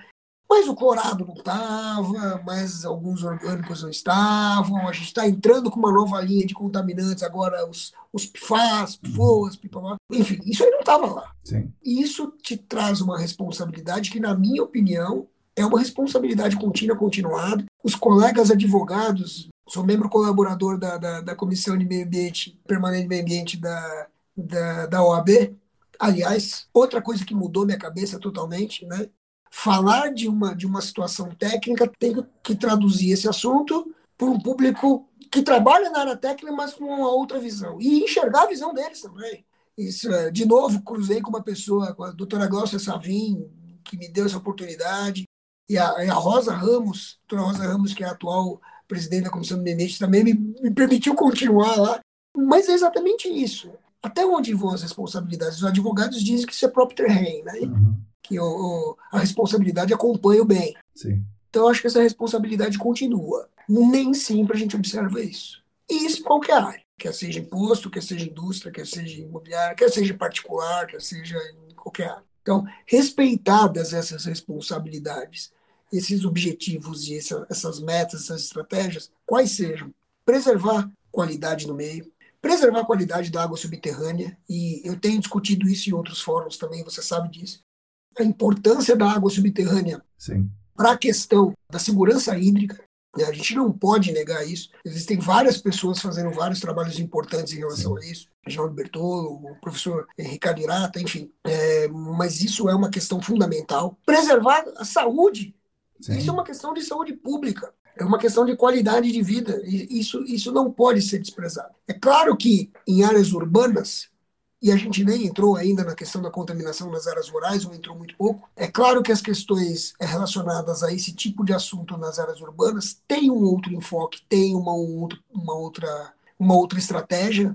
Mas o clorado não estava, mas alguns orgânicos não estavam. A gente está entrando com uma nova linha de contaminantes, agora os, os P F A S, P F O A S, P F A S, enfim, isso aí não estava lá. Sim. E isso te traz uma responsabilidade que, na minha opinião, é uma responsabilidade contínua, continuada. Os colegas advogados, sou membro colaborador da, da, da Comissão de Meio Ambiente, Permanente de Meio Ambiente da, da, da O A B. Aliás, outra coisa que mudou minha cabeça totalmente, né? Falar de uma, de uma situação técnica tem que traduzir esse assunto para um público que trabalha na área técnica, mas com uma outra visão. E enxergar a visão deles também. Isso, de novo, cruzei com uma pessoa, com a doutora Glaucia Savim, que me deu essa oportunidade, e a, e a Rosa Ramos, a doutora Rosa Ramos, que é a atual presidente da Comissão do Meio Ambiente, também me, me permitiu continuar lá. Mas é exatamente isso. Até onde vão as responsabilidades? Os advogados dizem que isso é próprio terreno, né? Uhum. Que o, o, a responsabilidade acompanha o bem. Sim. Então, eu acho que essa responsabilidade continua. Nem sempre a gente observa isso. E isso em qualquer área. Quer seja imposto, quer seja indústria, quer seja imobiliária, quer seja particular, quer seja em qualquer área. Então, respeitadas essas responsabilidades, esses objetivos e essa, essas metas, essas estratégias, quais sejam? Preservar qualidade no meio, preservar a qualidade da água subterrânea, e eu tenho discutido isso em outros fóruns também, você sabe disso. A importância da água subterrânea para a questão da segurança hídrica, né? A gente não pode negar isso. Existem várias pessoas fazendo vários trabalhos importantes em relação Sim. a isso. João Bertolo, o professor Ricardo Irata, enfim. É, mas isso é uma questão fundamental. Preservar a saúde. Sim. Isso é uma questão de saúde pública. É uma questão de qualidade de vida. E isso, isso não pode ser desprezado. É claro que em áreas urbanas, e a gente nem entrou ainda na questão da contaminação nas áreas rurais, ou entrou muito pouco. É claro que as questões relacionadas a esse tipo de assunto nas áreas urbanas têm um outro enfoque, têm uma, uma, outra, uma outra estratégia,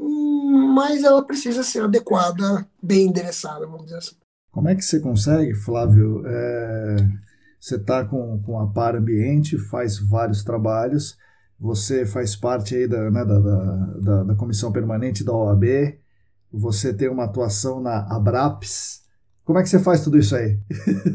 mas ela precisa ser adequada, bem endereçada, vamos dizer assim. Como é que você consegue, Flávio? É... Você está com, com a Par Ambiente, faz vários trabalhos, você faz parte aí da, né, da, da, da comissão permanente da O A B, você tem uma atuação na Abraps. Como é que você faz tudo isso aí?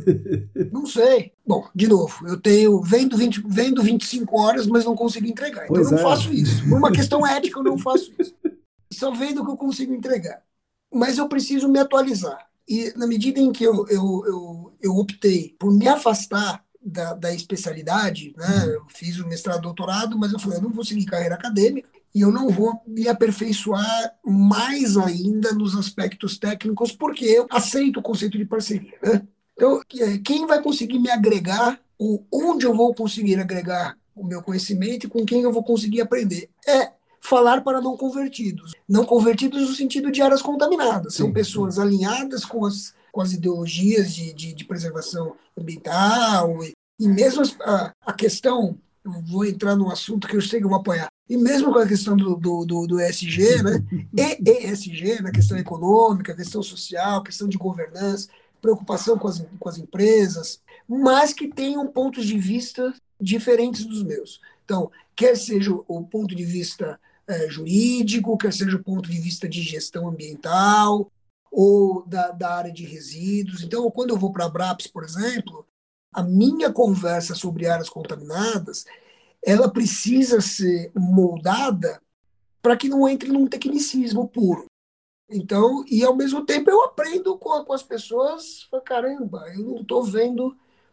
Não sei. Bom, de novo, eu tenho vendo, vinte, vendo vinte e cinco horas, mas não consigo entregar. Então pois eu não é. faço isso. Por uma questão ética, eu não faço isso. Só vendo o que eu consigo entregar. Mas eu preciso me atualizar. E na medida em que eu, eu, eu, eu optei por me afastar da, da especialidade, né? Eu fiz o mestrado, doutorado, mas eu falei, eu não vou seguir carreira acadêmica, e eu não vou me aperfeiçoar mais ainda nos aspectos técnicos, porque eu aceito o conceito de parceria, né? Então, quem vai conseguir me agregar, ou onde eu vou conseguir agregar o meu conhecimento e com quem eu vou conseguir aprender, é falar para não convertidos. Não convertidos no sentido de áreas contaminadas. Sim, São pessoas sim. alinhadas com as, com as ideologias de, de, de preservação ambiental, e, e mesmo a, a questão, eu vou entrar num assunto que eu sei que eu vou apoiar, e mesmo com a questão do, do, do, do E S G, né? E E S G, na questão econômica, questão social, questão de governança, preocupação com as, com as empresas, mas que tenham pontos de vista diferentes dos meus. Então, quer seja o ponto de vista é, jurídico, quer seja o ponto de vista de gestão ambiental, ou da, da área de resíduos. Então, quando eu vou para a Abraps, por exemplo, a minha conversa sobre áreas contaminadas, ela precisa ser moldada para que não entre num tecnicismo puro. Então, e ao mesmo tempo eu aprendo com, com as pessoas, caramba, eu não estou vendo,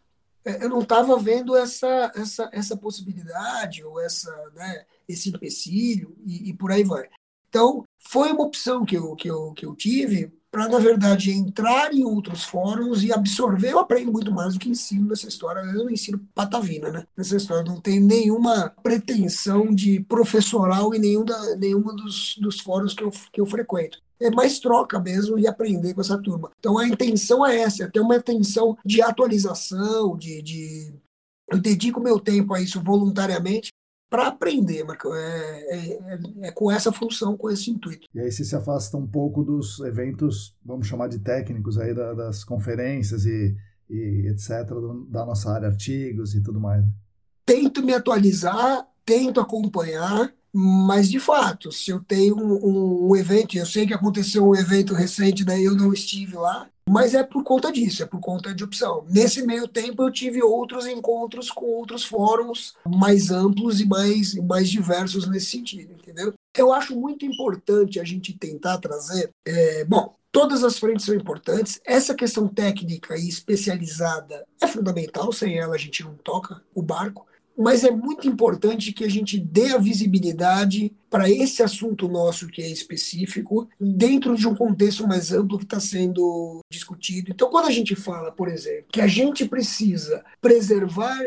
eu não estava vendo essa, essa, essa possibilidade, ou essa, né, esse empecilho, e, e por aí vai. Então, foi uma opção que eu, que eu, que eu tive para, na verdade, entrar em outros fóruns e absorver. Eu aprendo muito mais do que ensino nessa história. Eu não ensino patavina, né? Nessa história. Não tenho nenhuma pretensão de professoral em nenhum da, nenhuma dos, dos fóruns que eu, que eu frequento. É mais troca mesmo e aprender com essa turma. Então, a intenção é essa, é ter uma intenção de atualização, de, de... eu dedico meu tempo a isso voluntariamente, para aprender, Marco. É, é, é com essa função, com esse intuito. E aí você se afasta um pouco dos eventos, vamos chamar de técnicos, aí da, das conferências e, e etcétera, da nossa área, artigos e tudo mais. Tento me atualizar, tento acompanhar, Mas, de fato, se eu tenho um, um, um evento, eu sei que aconteceu um evento recente, daí eu não estive lá, mas é por conta disso, é por conta de opção. Nesse meio tempo, eu tive outros encontros com outros fóruns mais amplos e mais, mais diversos nesse sentido, entendeu? Eu acho muito importante a gente tentar trazer, é, bom, todas as frentes são importantes, essa questão técnica e especializada é fundamental, sem ela a gente não toca o barco, mas é muito importante que a gente dê a visibilidade para esse assunto nosso que é específico, dentro de um contexto mais amplo que está sendo discutido. Então, quando a gente fala, por exemplo, que a gente precisa preservar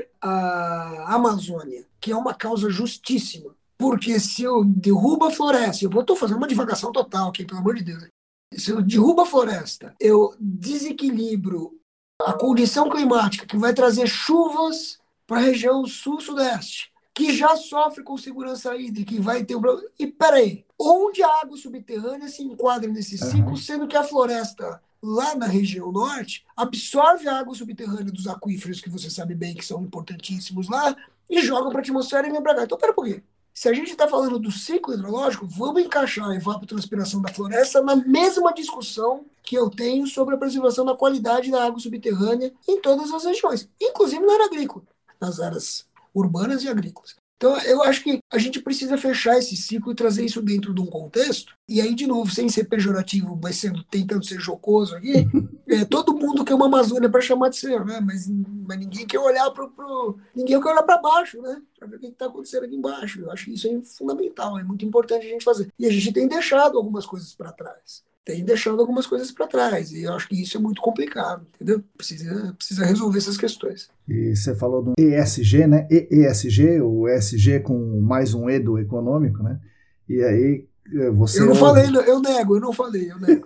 a Amazônia, que é uma causa justíssima, porque se eu derrubo a floresta, eu estou fazendo uma divagação total aqui, pelo amor de Deus, se eu derrubo a floresta, eu desequilibro a condição climática que vai trazer chuvas para a região sul-sudeste, que já sofre com segurança hídrica e vai ter um problema. E peraí, onde a água subterrânea se enquadra nesse ciclo, sendo que a floresta lá na região norte absorve a água subterrânea dos aquíferos, que você sabe bem que são importantíssimos lá, e joga para a atmosfera e vem para cá. Então, pera um pouquinho. Se a gente está falando do ciclo hidrológico, vamos encaixar a evapotranspiração da floresta na mesma discussão que eu tenho sobre a preservação da qualidade da água subterrânea em todas as regiões, inclusive na área agrícola, nas áreas urbanas e agrícolas. Então, eu acho que a gente precisa fechar esse ciclo e trazer isso dentro de um contexto, e aí, de novo, sem ser pejorativo, mas sendo, tentando ser jocoso aqui, é, todo mundo quer uma Amazônia para chamar de seu, né? Mas, mas ninguém quer olhar para pro... ninguém quer olhar para baixo, né? Para ver o que está acontecendo aqui embaixo. Eu acho que isso é fundamental, é muito importante a gente fazer. E a gente tem deixado algumas coisas para trás. Tem deixando algumas coisas para trás, e eu acho que isso é muito complicado, entendeu? Precisa, precisa resolver essas questões. E você falou do E S G, né? E E S G, o E S G com mais um E do econômico, né? E aí você... Eu não ouve... falei, eu nego, eu não falei, eu nego.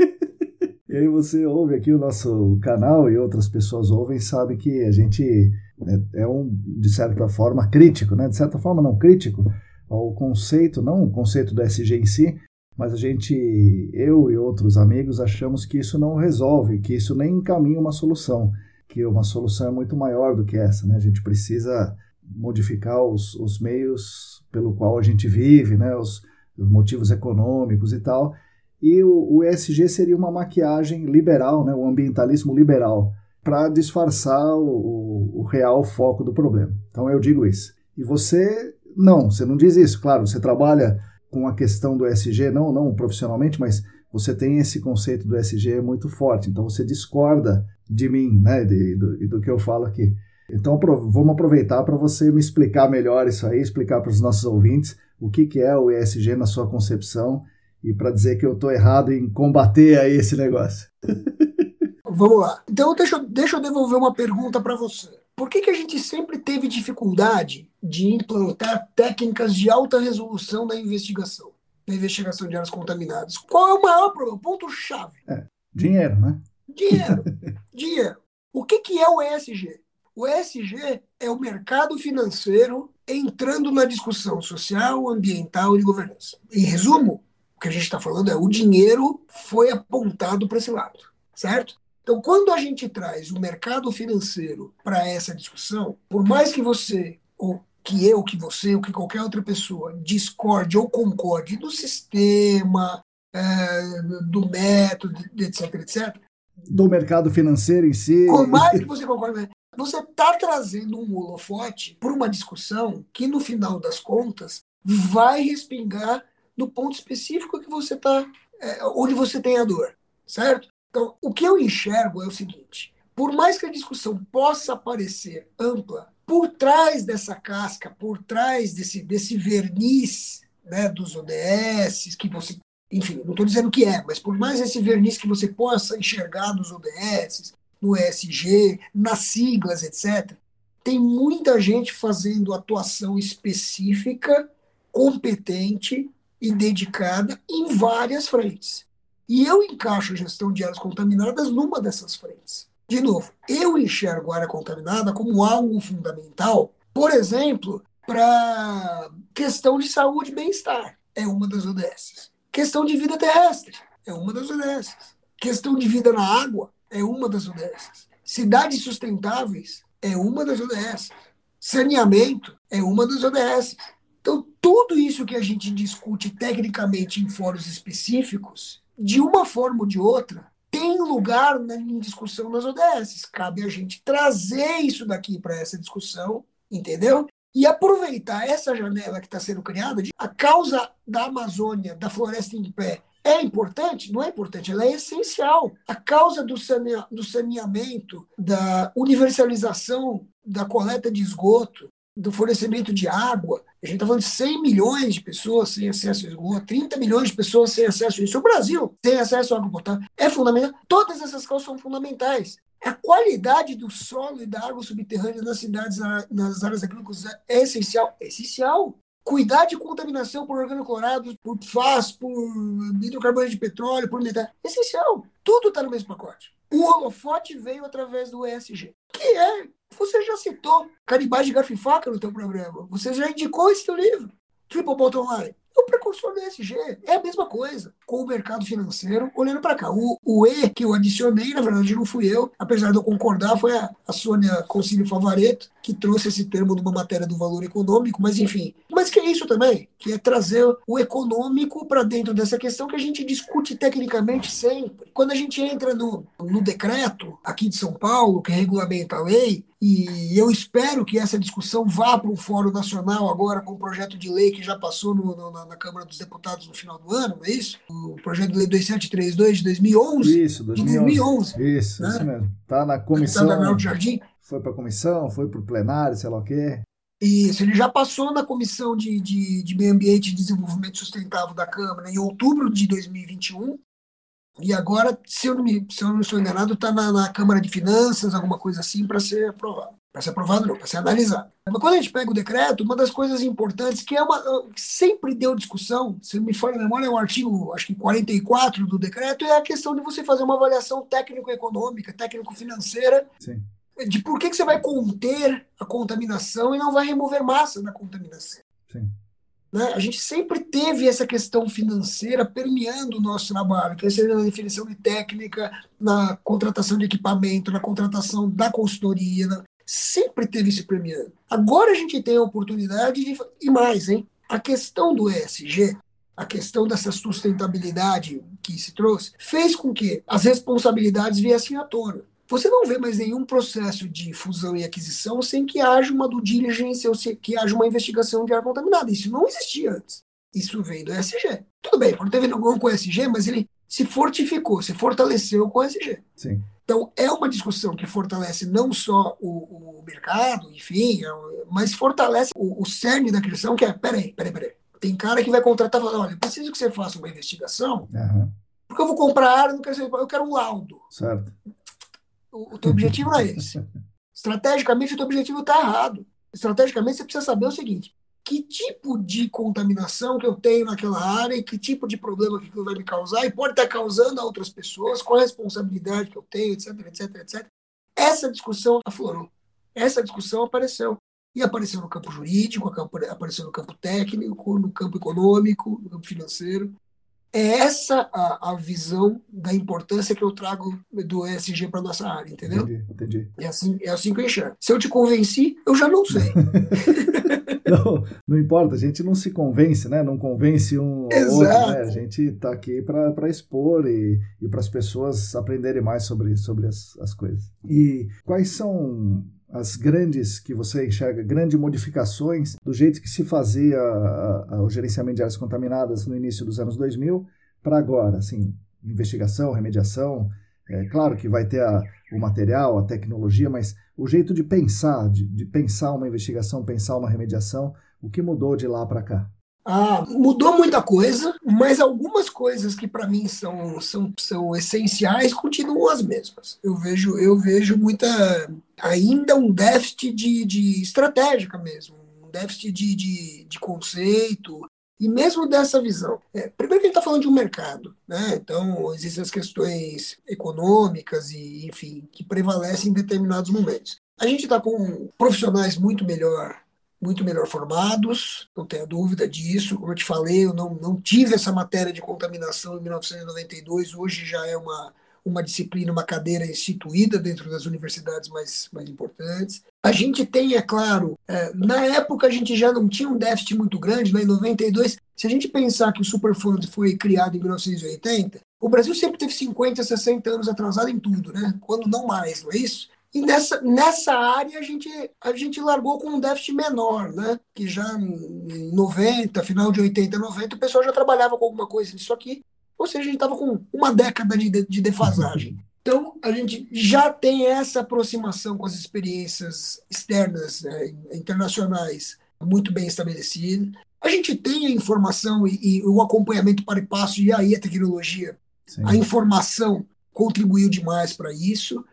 E aí você ouve aqui o nosso canal e outras pessoas ouvem e sabe que a gente é, é um, de certa forma, crítico, né? De certa forma, não crítico ao conceito, não o conceito do E S G em si, mas a gente, eu e outros amigos, achamos que isso não resolve, que isso nem encaminha uma solução, que uma solução é muito maior do que essa, né? A gente precisa modificar os, os meios pelo qual a gente vive, né? Os, os motivos econômicos e tal, e o, o E S G seria uma maquiagem liberal, né? O ambientalismo liberal, para disfarçar o, o real foco do problema. Então eu digo isso. E você, não, você não diz isso, claro, você trabalha com a questão do E S G, não, não profissionalmente, mas você tem esse conceito do E S G muito forte, então você discorda de mim, né, de, do, do que eu falo aqui. Então vamos aproveitar para você me explicar melhor isso aí, explicar para os nossos ouvintes o que, que é o E S G na sua concepção e para dizer que eu estou errado em combater aí esse negócio. Vamos lá. Então deixa, deixa eu devolver uma pergunta para você. Por que, que a gente sempre teve dificuldade de implantar técnicas de alta resolução na investigação, na investigação de áreas contaminadas? Qual é o maior problema? O ponto-chave. É, dinheiro, né? Dinheiro. Dinheiro. O que, que é o E S G? O E S G é o mercado financeiro entrando na discussão social, ambiental e de governança. Em resumo, o que a gente está falando é o dinheiro foi apontado para esse lado, certo? Então, quando a gente traz o mercado financeiro para essa discussão, por mais que você, ou que eu, que você, ou que qualquer outra pessoa discorde ou concorde do sistema, é, do método, etc, etcétera, do mercado financeiro em si... Por mais que você concorde, você está trazendo um holofote para uma discussão que, no final das contas, vai respingar no ponto específico que você está, é, onde você tem a dor, certo? Então, o que eu enxergo é o seguinte: por mais que a discussão possa parecer ampla, por trás dessa casca, por trás desse, desse verniz, né, dos O D S, que você, enfim, não estou dizendo que é, mas por mais esse verniz que você possa enxergar nos O D S, no E S G, nas siglas, etcétera, tem muita gente fazendo atuação específica, competente e dedicada em várias frentes. E eu encaixo a gestão de áreas contaminadas numa dessas frentes. De novo, eu enxergo a área contaminada como algo fundamental, por exemplo, para questão de saúde e bem-estar, é uma das O D S. Questão de vida terrestre, é uma das O D S. Questão de vida na água, é uma das O D S. Cidades sustentáveis, é uma das O D S. Saneamento, é uma das O D S. Então, tudo isso que a gente discute tecnicamente em fóruns específicos, de uma forma ou de outra, tem lugar na, em discussão nas O D Ss. Cabe a gente trazer isso daqui para essa discussão, entendeu? E aproveitar essa janela que está sendo criada, de, a causa da Amazônia, da floresta em pé, é importante? Não é importante, ela é essencial. A causa do, sanea, do saneamento, da universalização da coleta de esgoto, do fornecimento de água, a gente está falando de cem milhões de pessoas sem acesso a esgoto, trinta milhões de pessoas sem acesso a isso. O Brasil tem acesso à água potável. É fundamental. Todas essas causas são fundamentais. A qualidade do solo e da água subterrânea nas cidades, nas áreas agrícolas é essencial. É essencial. Cuidar de contaminação por organoclorados, por P F A S, por hidrocarbonetos de petróleo, por metano. É essencial. Tudo está no mesmo pacote. O holofote veio através do E S G, que é, você já citou, Canibais de Garfo e Faca no teu programa. Você já indicou esse teu livro, Triple Bottom Line. É o precursor do E S G. É a mesma coisa, com o mercado financeiro olhando para cá. O, o E que eu adicionei, na verdade, não fui eu, apesar de eu concordar, foi a, a Sônia Concílio Favaretto, que trouxe esse termo numa matéria do valor econômico, mas enfim. Mas que é isso também, que é trazer o econômico para dentro dessa questão que a gente discute tecnicamente sempre. Quando a gente entra no, no decreto aqui de São Paulo, que regulamenta a lei, e eu espero que essa discussão vá para o Fórum Nacional agora com o projeto de lei que já passou no, no, na Câmara dos Deputados no final do ano, não é isso? O projeto de lei dois mil setecentos e trinta e dois de dois mil e onze. Isso, dois mil e onze. De dois mil e onze, isso, né? Isso mesmo. Está na comissão. Deputado Arnaldo Jardim. Foi para a comissão, foi para o plenário, sei lá o quê. Isso, ele já passou na Comissão de, de, de Meio Ambiente e Desenvolvimento Sustentável da Câmara em outubro de dois mil e vinte e um. E agora, se eu não, me, se eu não estou enganado, está na, na Câmara de Finanças, alguma coisa assim, para ser aprovado. Para ser aprovado, não, para ser analisado. Mas quando a gente pega o decreto, uma das coisas importantes, que é uma que sempre deu discussão, se não me falha a memória, é o artigo, acho que quarenta e quatro do decreto, é a questão de você fazer uma avaliação técnico-econômica, técnico-financeira, Sim. de por que, que você vai conter a contaminação e não vai remover massa da contaminação. Sim. Né? A gente sempre teve essa questão financeira permeando o nosso trabalho, quer seja na definição de técnica, na contratação de equipamento, na contratação da consultoria, na... sempre teve esse permeando. Agora a gente tem a oportunidade de... E mais, hein? A questão do E S G, a questão dessa sustentabilidade que se trouxe, fez com que as responsabilidades viessem à tona. Você não vê mais nenhum processo de fusão e aquisição sem que haja uma due diligence ou que haja uma investigação de área contaminada. Isso não existia antes. Isso veio do E S G. Tudo bem, não teve nenhum com o E S G, mas ele se fortificou, se fortaleceu com o E S G. Sim. Então, é uma discussão que fortalece não só o, o mercado, enfim, mas fortalece o, o cerne da questão, que é, peraí, peraí, peraí. Tem cara que vai contratar e falar, olha, eu preciso que você faça uma investigação, uhum. porque eu vou comprar área, não quero saber, eu quero um laudo. Certo. O, o teu objetivo não é esse. Estrategicamente, o teu objetivo está errado. Estrategicamente, você precisa saber o seguinte, que tipo de contaminação que eu tenho naquela área e que tipo de problema que aquilo vai me causar e pode estar causando a outras pessoas, qual a responsabilidade que eu tenho, etc, etc, etcétera. Essa discussão aflorou. Essa discussão apareceu. E apareceu no campo jurídico, apareceu no campo técnico, no campo econômico, no campo financeiro. É essa a, a visão da importância que eu trago do E S G para nossa área, entendeu? Entendi, entendi. É assim, é assim que eu enxergo. Se eu te convenci, eu já não sei. Não, não importa, a gente não se convence, né? Não convence um ao outro, né? A gente está aqui para expor e, e para as pessoas aprenderem mais sobre, sobre as, as coisas. E quais são as grandes, que você enxerga, grandes modificações do jeito que se fazia a, a, o gerenciamento de áreas contaminadas no início dos anos dois mil para agora, assim, investigação, remediação, é claro que vai ter a, o material, a tecnologia, mas o jeito de pensar, de, de pensar uma investigação, pensar uma remediação, o que mudou de lá para cá? Ah, mudou muita coisa, mas algumas coisas que para mim são, são, são essenciais continuam as mesmas. Eu vejo, eu vejo muita, ainda um déficit de, de estratégica mesmo, um déficit de, de, de conceito e mesmo dessa visão. É, primeiro que a gente está falando de um mercado, né? Então existem as questões econômicas e, enfim, que prevalecem em determinados momentos. A gente está com profissionais muito melhor muito melhor formados, não tenho dúvida disso. Como eu te falei, eu não, não tive essa matéria de contaminação em mil novecentos e noventa e dois, hoje já é uma, uma disciplina, uma cadeira instituída dentro das universidades mais, mais importantes. A gente tem, é claro, é, na época a gente já não tinha um déficit muito grande, né, em noventa e dois. Se a gente pensar que o Superfund foi criado em mil novecentos e oitenta, o Brasil sempre teve cinquenta, sessenta anos atrasado em tudo, né? Quando não mais, não é isso? E nessa, nessa área a gente, a gente largou com um déficit menor, né? Que já em noventa, final de oitenta, noventa, o pessoal já trabalhava com alguma coisa nisso aqui. Ou seja, a gente estava com uma década de, de defasagem. Então, a gente já tem essa aproximação com as experiências externas, né, internacionais, muito bem estabelecida. A gente tem a informação e, e o acompanhamento para e passo, e aí a tecnologia, Sim. a informação contribuiu demais para isso.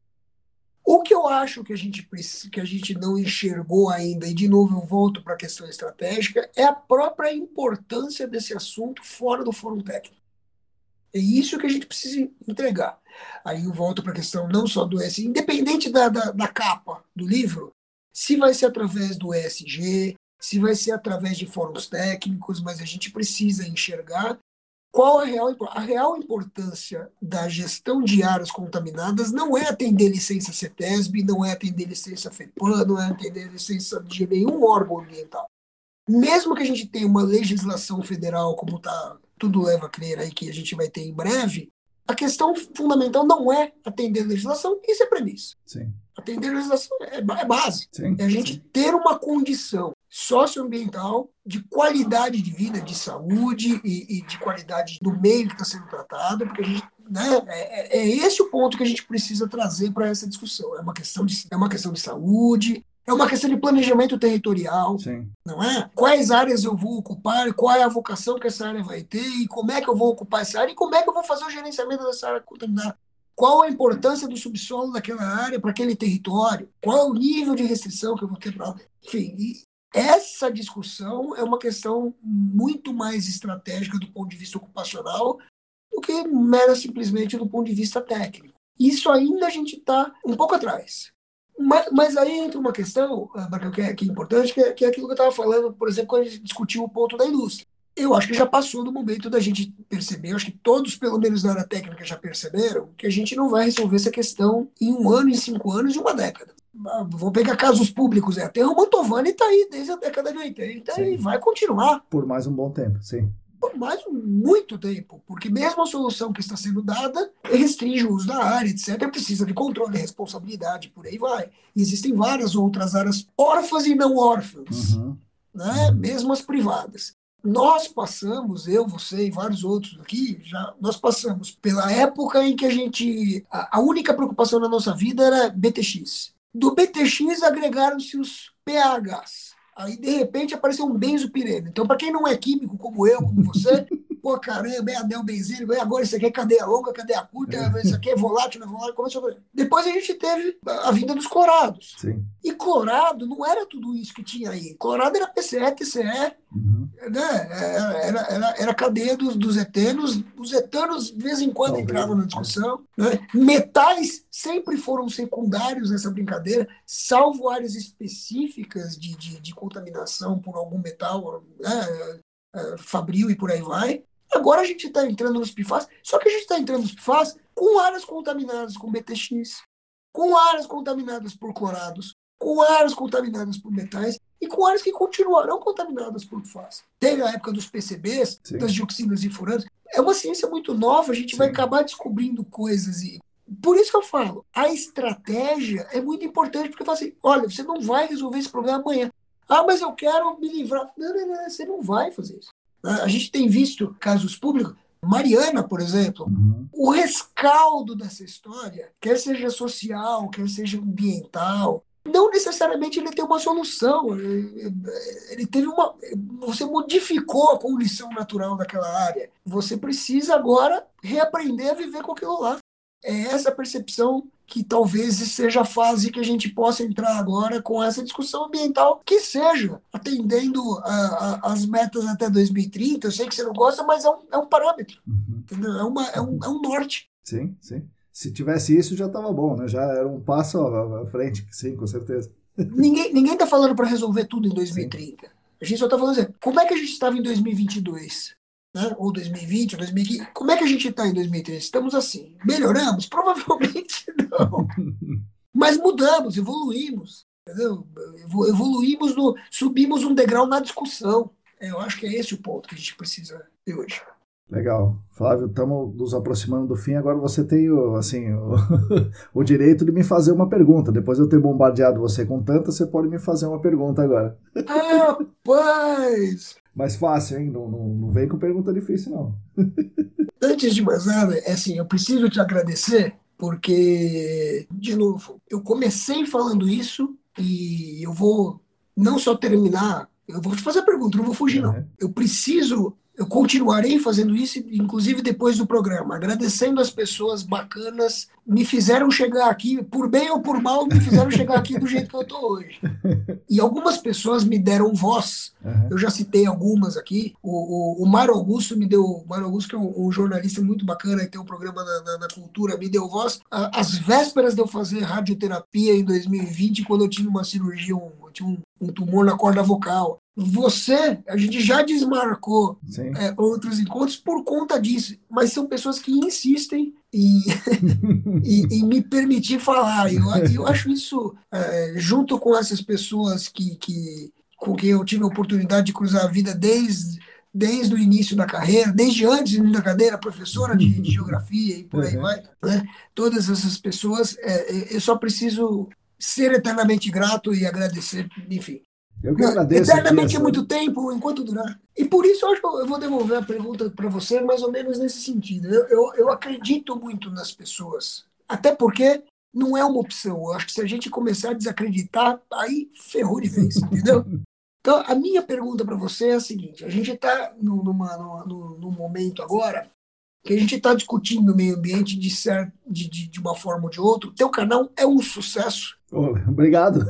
O que eu acho que a, gente, que a gente não enxergou ainda, e de novo eu volto para a questão estratégica, é a própria importância desse assunto fora do fórum técnico. É isso que a gente precisa entregar. Aí eu volto para a questão não só do E S G, independente da, da, da capa do livro, se vai ser através do E S G, se vai ser através de fóruns técnicos, mas a gente precisa enxergar qual a real, a real importância da gestão de áreas contaminadas. Não é atender licença CETESB, não é atender licença FEPAM, não é atender licença de nenhum órgão ambiental. Mesmo que a gente tenha uma legislação federal, como está... tudo leva a crer aí que a gente vai ter em breve, a questão fundamental não é atender a legislação, isso é premissa. Sim. Atender a legislação é, é base. Sim, é a gente sim. ter uma condição socioambiental de qualidade de vida, de saúde e, e de qualidade do meio que está sendo tratado, porque a gente, né, é, é esse o ponto que a gente precisa trazer para essa discussão. É uma questão de, é uma questão de saúde, é uma questão de planejamento territorial, Sim. não é? Quais áreas eu vou ocupar, qual é a vocação que essa área vai ter, e como é que eu vou ocupar essa área, e como é que eu vou fazer o gerenciamento dessa área contaminada. Qual a importância do subsolo daquela área para aquele território? Qual é o nível de restrição que eu vou ter para lá? Enfim, essa discussão é uma questão muito mais estratégica do ponto de vista ocupacional do que mera simplesmente do ponto de vista técnico. Isso ainda a gente está um pouco atrás. Mas, mas aí entra uma questão, que é, que é importante, que é, que é aquilo que eu estava falando, por exemplo, quando a gente discutiu o ponto da indústria. Eu acho que já passou do momento da gente perceber, eu acho que todos, pelo menos na área técnica, já perceberam que a gente não vai resolver essa questão em um ano, em cinco anos, em uma década. Vou pegar casos públicos, é, até o Mantovani está aí desde a década de oitenta, sim, e vai continuar. Por mais um bom tempo, sim. Por mais muito tempo, porque mesmo a solução que está sendo dada restringe o uso da área, etcétera, precisa de controle, responsabilidade, por aí vai. E existem várias outras áreas órfãs e não órfãs, uhum. né? Mesmo as privadas. Nós passamos, eu, você e vários outros aqui, já, nós passamos pela época em que a gente, a, a única preocupação na nossa vida era B T X. Do B T X agregaram-se os P Hs. Aí, de repente, apareceu um benzopireno. Então, para quem não é químico, como eu, como você, pô, caramba, é anel benzínico, agora isso aqui é cadeia longa, cadeia curta, é. Isso aqui é volátil, não é volátil, começou a ver. Depois a gente teve a vinda dos clorados. Sim. E clorado não era tudo isso que tinha aí. Clorado era P C E, T C E, uhum. né? era, era, era a cadeia dos, dos etanos. Os etanos, de vez em quando, Talvez. entravam na discussão. Né? Metais sempre foram secundários nessa brincadeira, salvo áreas específicas de, de, de contaminação por algum metal, né? fabril e por aí vai. Agora a gente está entrando nos P FAS, só que a gente está entrando nos P FAS com áreas contaminadas com B T X, com áreas contaminadas por clorados, com áreas contaminadas por metais e com áreas que continuarão contaminadas por P FAS. Teve a época dos P C Bs, Sim. das dioxinas e furanos. É uma ciência muito nova, a gente Sim. vai acabar descobrindo coisas. E por isso que eu falo, a estratégia é muito importante, porque eu falo assim, olha, você não vai resolver esse problema amanhã. Ah, mas eu quero me livrar. Não, não, não, você não vai fazer isso. A gente tem visto casos públicos, Mariana, por exemplo, uhum. o rescaldo dessa história, quer seja social, quer seja ambiental, não necessariamente ele tem uma solução. Ele teve uma. Você modificou a condição natural daquela área. Você precisa agora reaprender a viver com aquilo lá. É essa percepção que talvez seja a fase que a gente possa entrar agora com essa discussão ambiental, que seja atendendo a, a, as metas até dois mil e trinta. Eu sei que você não gosta, mas é um, é um parâmetro. Uhum. Entendeu? É, uma, é, um, é um norte. Sim, sim. Se tivesse isso, já estava bom, né? Já era um passo à frente, sim, com certeza. Ninguém ninguém está falando para resolver tudo em dois mil e trinta. Sim. A gente só está falando assim, como é que a gente estava em dois mil e vinte e dois? Né? Ou dois mil e vinte, ou dois mil e quinze. Como é que a gente está em dois mil e treze? Estamos assim. Melhoramos? Provavelmente não. Mas mudamos, evoluímos. entendeu? Evoluímos, no, subimos um degrau na discussão. Eu acho que é esse o ponto que a gente precisa ter hoje. Legal. Flávio, estamos nos aproximando do fim. Agora você tem o, assim, o, o direito de me fazer uma pergunta. Depois de eu ter bombardeado você com tanta, você pode me fazer uma pergunta agora. Rapaz! Mais fácil, hein? Não, não, não vem com pergunta difícil, não. Antes de mais nada, é assim, eu preciso te agradecer porque, de novo, eu comecei falando isso e eu vou não só terminar, eu vou te fazer a pergunta, não vou fugir, não. Eu preciso, eu continuarei fazendo isso, inclusive depois do programa, agradecendo as pessoas bacanas, me fizeram chegar aqui, por bem ou por mal, me fizeram chegar aqui do jeito que eu estou hoje. E algumas pessoas me deram voz, uhum. Eu já citei algumas aqui, o, o, o Mário Augusto me deu, o Mário Augusto que é um, um jornalista muito bacana, que tem um programa na, na, na Cultura, me deu voz, às vésperas de eu fazer radioterapia em dois mil e vinte, quando eu tive uma cirurgia, um, eu tinha um, um tumor na corda vocal. Você, a gente já desmarcou é, outros encontros por conta disso, mas são pessoas que insistem em, em, em me permitir falar. Eu, eu acho isso, é, junto com essas pessoas que, que, com quem eu tive a oportunidade de cruzar a vida desde, desde o início da carreira, desde antes da cadeira, professora de, de geografia e por aí uhum. vai, né? Todas essas pessoas, é, eu só preciso ser eternamente grato e agradecer, enfim. Eu que agradeço. Eternamente essa... é muito tempo, enquanto durar. E por isso eu acho que eu vou devolver a pergunta para você mais ou menos nesse sentido. Eu, eu, eu acredito muito nas pessoas. Até porque não é uma opção. Eu acho que se a gente começar a desacreditar, aí ferrou de vez, entendeu? Então, a minha pergunta para você é a seguinte. A gente está num momento agora que a gente está discutindo o meio ambiente de, certo, de, de, de uma forma ou de outra. O teu canal é um sucesso. Oh, obrigado.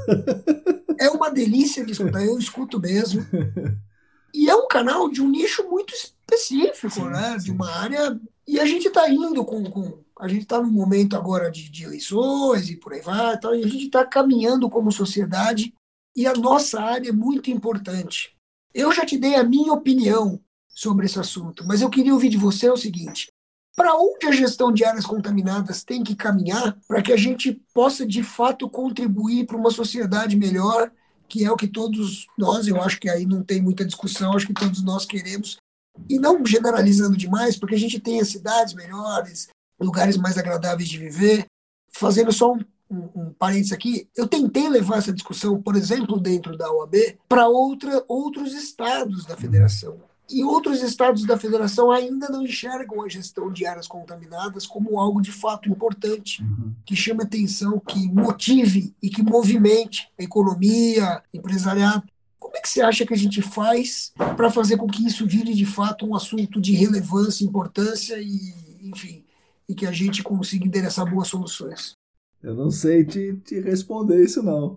É uma delícia de escutar, eu escuto mesmo. E é um canal de um nicho muito específico, sim, né? Sim. De uma área. E a gente está indo com, com. A gente está num momento agora de, de eleições e por aí vai. Então, e a gente está caminhando como sociedade e a nossa área é muito importante. Eu já te dei a minha opinião sobre esse assunto, mas eu queria ouvir de você o seguinte. Para onde a gestão de áreas contaminadas tem que caminhar para que a gente possa, de fato, contribuir para uma sociedade melhor, que é o que todos nós, eu acho que aí não tem muita discussão, acho que todos nós queremos, e não generalizando demais, porque a gente tem as cidades melhores, lugares mais agradáveis de viver. Fazendo só um, um, um parênteses aqui, eu tentei levar essa discussão, por exemplo, dentro da O A B, para outra, outros estados da federação. E outros estados da federação ainda não enxergam a gestão de áreas contaminadas como algo de fato importante, uhum. que chame atenção, que motive e que movimente a economia, empresariado. Como é que você acha que a gente faz para fazer com que isso vire de fato um assunto de relevância, importância e, enfim, e que a gente consiga endereçar boas soluções? Eu não sei te, te responder isso, não.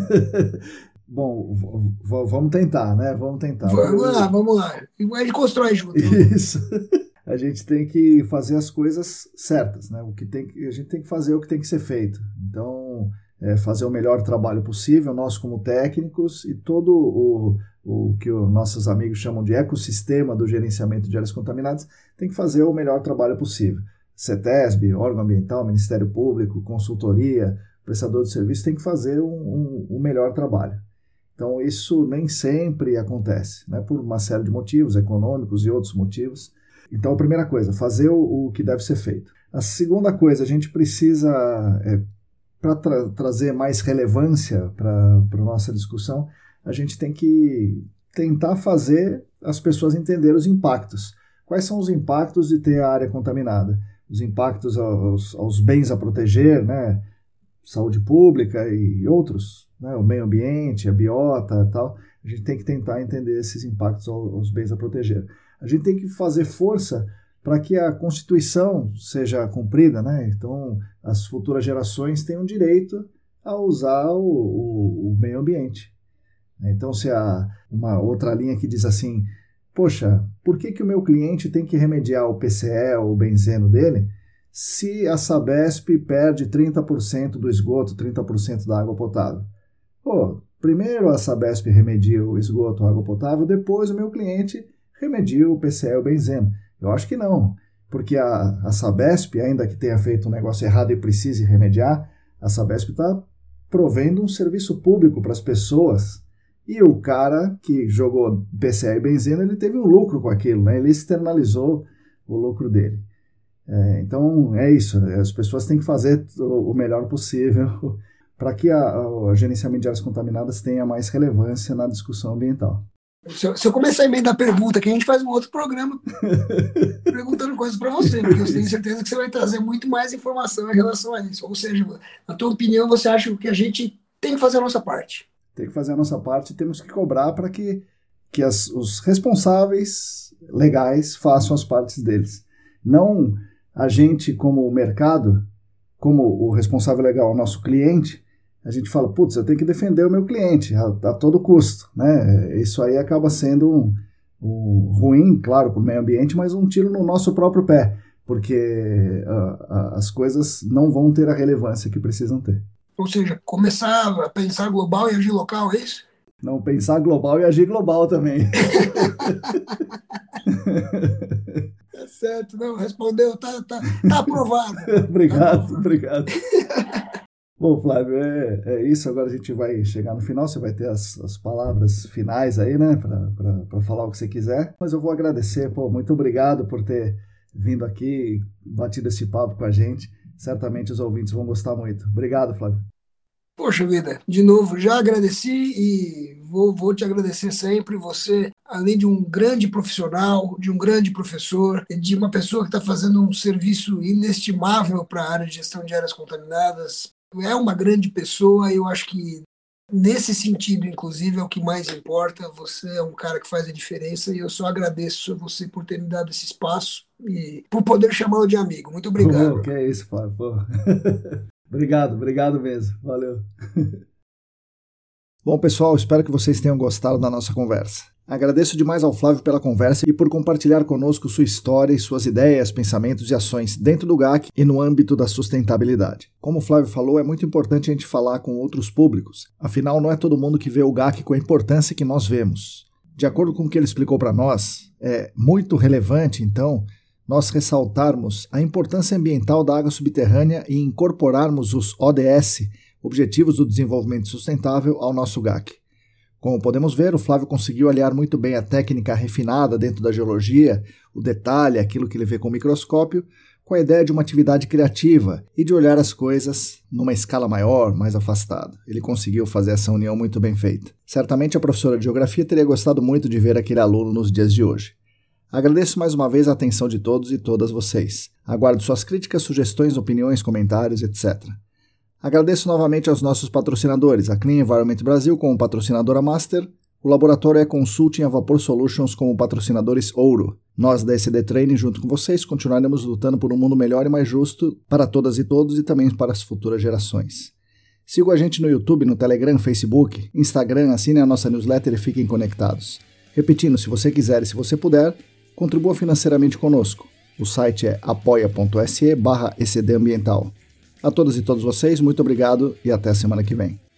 Bom, vamos tentar, né? Vamos tentar. Vamos lá, vamos lá. A gente constrói junto. Isso. A gente tem que fazer as coisas certas, né? O que tem que, a gente tem que fazer o que tem que ser feito. Então, é fazer o melhor trabalho possível, nós como técnicos e todo o, o que os nossos amigos chamam de ecossistema do gerenciamento de áreas contaminadas tem que fazer o melhor trabalho possível. CETESB, órgão ambiental, Ministério Público, consultoria, prestador de serviço tem que fazer um, um, um melhor trabalho. Então, isso nem sempre acontece, né, por uma série de motivos econômicos e outros motivos. Então, a primeira coisa, fazer o, o que deve ser feito. A segunda coisa, a gente precisa, é, para tra- trazer mais relevância para a nossa discussão, a gente tem que tentar fazer as pessoas entenderem os impactos. Quais são os impactos de ter a área contaminada? Os impactos aos, aos bens a proteger, né? Saúde pública e outros, né? O meio ambiente, a biota e tal. A gente tem que tentar entender esses impactos aos bens a proteger. A gente tem que fazer força para que a Constituição seja cumprida, né? Então, as futuras gerações tenham direito a usar o, o, o meio ambiente. Então, se há uma outra linha que diz assim, poxa, por que, que o meu cliente tem que remediar o P C E ou o benzeno dele se a Sabesp perde trinta por cento do esgoto, trinta por cento da água potável? Pô, primeiro a Sabesp remedia o esgoto, a água potável, depois o meu cliente remedia o P C E ou o benzeno. Eu acho que não, porque a, a Sabesp, ainda que tenha feito um negócio errado e precise remediar, a Sabesp está provendo um serviço público para as pessoas. E o cara que jogou P C A e benzina, ele teve um lucro com aquilo, né? Ele externalizou o lucro dele. É, então é isso, as pessoas têm que fazer o melhor possível para que o gerenciamento de áreas contaminadas tenha mais relevância na discussão ambiental. Se eu, se eu começar a emendar a pergunta, que a gente faz um outro programa perguntando coisas para você, porque eu tenho certeza que você vai trazer muito mais informação em relação a isso. Ou seja, na tua opinião, você acha que a gente tem que fazer a nossa parte? Tem que fazer a nossa parte e temos que cobrar para que, que as, os responsáveis legais façam as partes deles. Não a gente, como mercado, como o responsável legal, o nosso cliente, a gente fala, putz, eu tenho que defender o meu cliente a, a todo custo, né? Isso aí acaba sendo um, um ruim, claro, para o meio ambiente, mas um tiro no nosso próprio pé, porque uh, uh, as coisas não vão ter a relevância que precisam ter. Ou seja, começar a pensar global e agir local, é isso? Não, pensar global e agir global também. Tá certo, não, respondeu, tá, tá, tá aprovado. Obrigado, tá aprovado. Obrigado. Bom, Flávio, é, é isso. Agora a gente vai chegar no final. Você vai ter as, as palavras finais aí, né, para falar o que você quiser. Mas eu vou agradecer, pô, muito obrigado por ter vindo aqui e batido esse papo com a gente. Certamente os ouvintes vão gostar muito. Obrigado, Flávio. Poxa vida, de novo, já agradeci e vou, vou te agradecer sempre. Você, além de um grande profissional, de um grande professor, de uma pessoa que está fazendo um serviço inestimável para a área de gestão de áreas contaminadas, é uma grande pessoa. Eu acho que nesse sentido, inclusive, é o que mais importa. Você é um cara que faz a diferença e eu só agradeço a você por ter me dado esse espaço e por poder chamá-lo de amigo. Muito obrigado. Pô, que é isso, Flávio. Pô. Obrigado, obrigado mesmo. Valeu. Bom, pessoal, espero que vocês tenham gostado da nossa conversa. Agradeço demais ao Flávio pela conversa e por compartilhar conosco sua história e suas ideias, pensamentos e ações dentro do G A C e no âmbito da sustentabilidade. Como o Flávio falou, é muito importante a gente falar com outros públicos. Afinal, não é todo mundo que vê o G A C com a importância que nós vemos. De acordo com o que ele explicou para nós, é muito relevante, então, nós ressaltarmos a importância ambiental da água subterrânea e incorporarmos os O D S, Objetivos do Desenvolvimento Sustentável, ao nosso G A C. Como podemos ver, o Flávio conseguiu aliar muito bem a técnica refinada dentro da geologia, o detalhe, aquilo que ele vê com o microscópio, com a ideia de uma atividade criativa e de olhar as coisas numa escala maior, mais afastada. Ele conseguiu fazer essa união muito bem feita. Certamente a professora de Geografia teria gostado muito de ver aquele aluno nos dias de hoje. Agradeço mais uma vez a atenção de todos e todas vocês. Aguardo suas críticas, sugestões, opiniões, comentários, etcétera. Agradeço novamente aos nossos patrocinadores, a Clean Environment Brasil como patrocinadora Master, o Laboratório E-Consulting e a Vapor Solutions como patrocinadores Ouro. Nós da E C D Training, junto com vocês, continuaremos lutando por um mundo melhor e mais justo para todas e todos e também para as futuras gerações. Sigam a gente no YouTube, no Telegram, Facebook, Instagram, assinem a nossa newsletter e fiquem conectados. Repetindo, se você quiser e se você puder, contribua financeiramente conosco. O site é apoia.se barra ECD Ambiental. A todas e todos vocês, muito obrigado e até a semana que vem.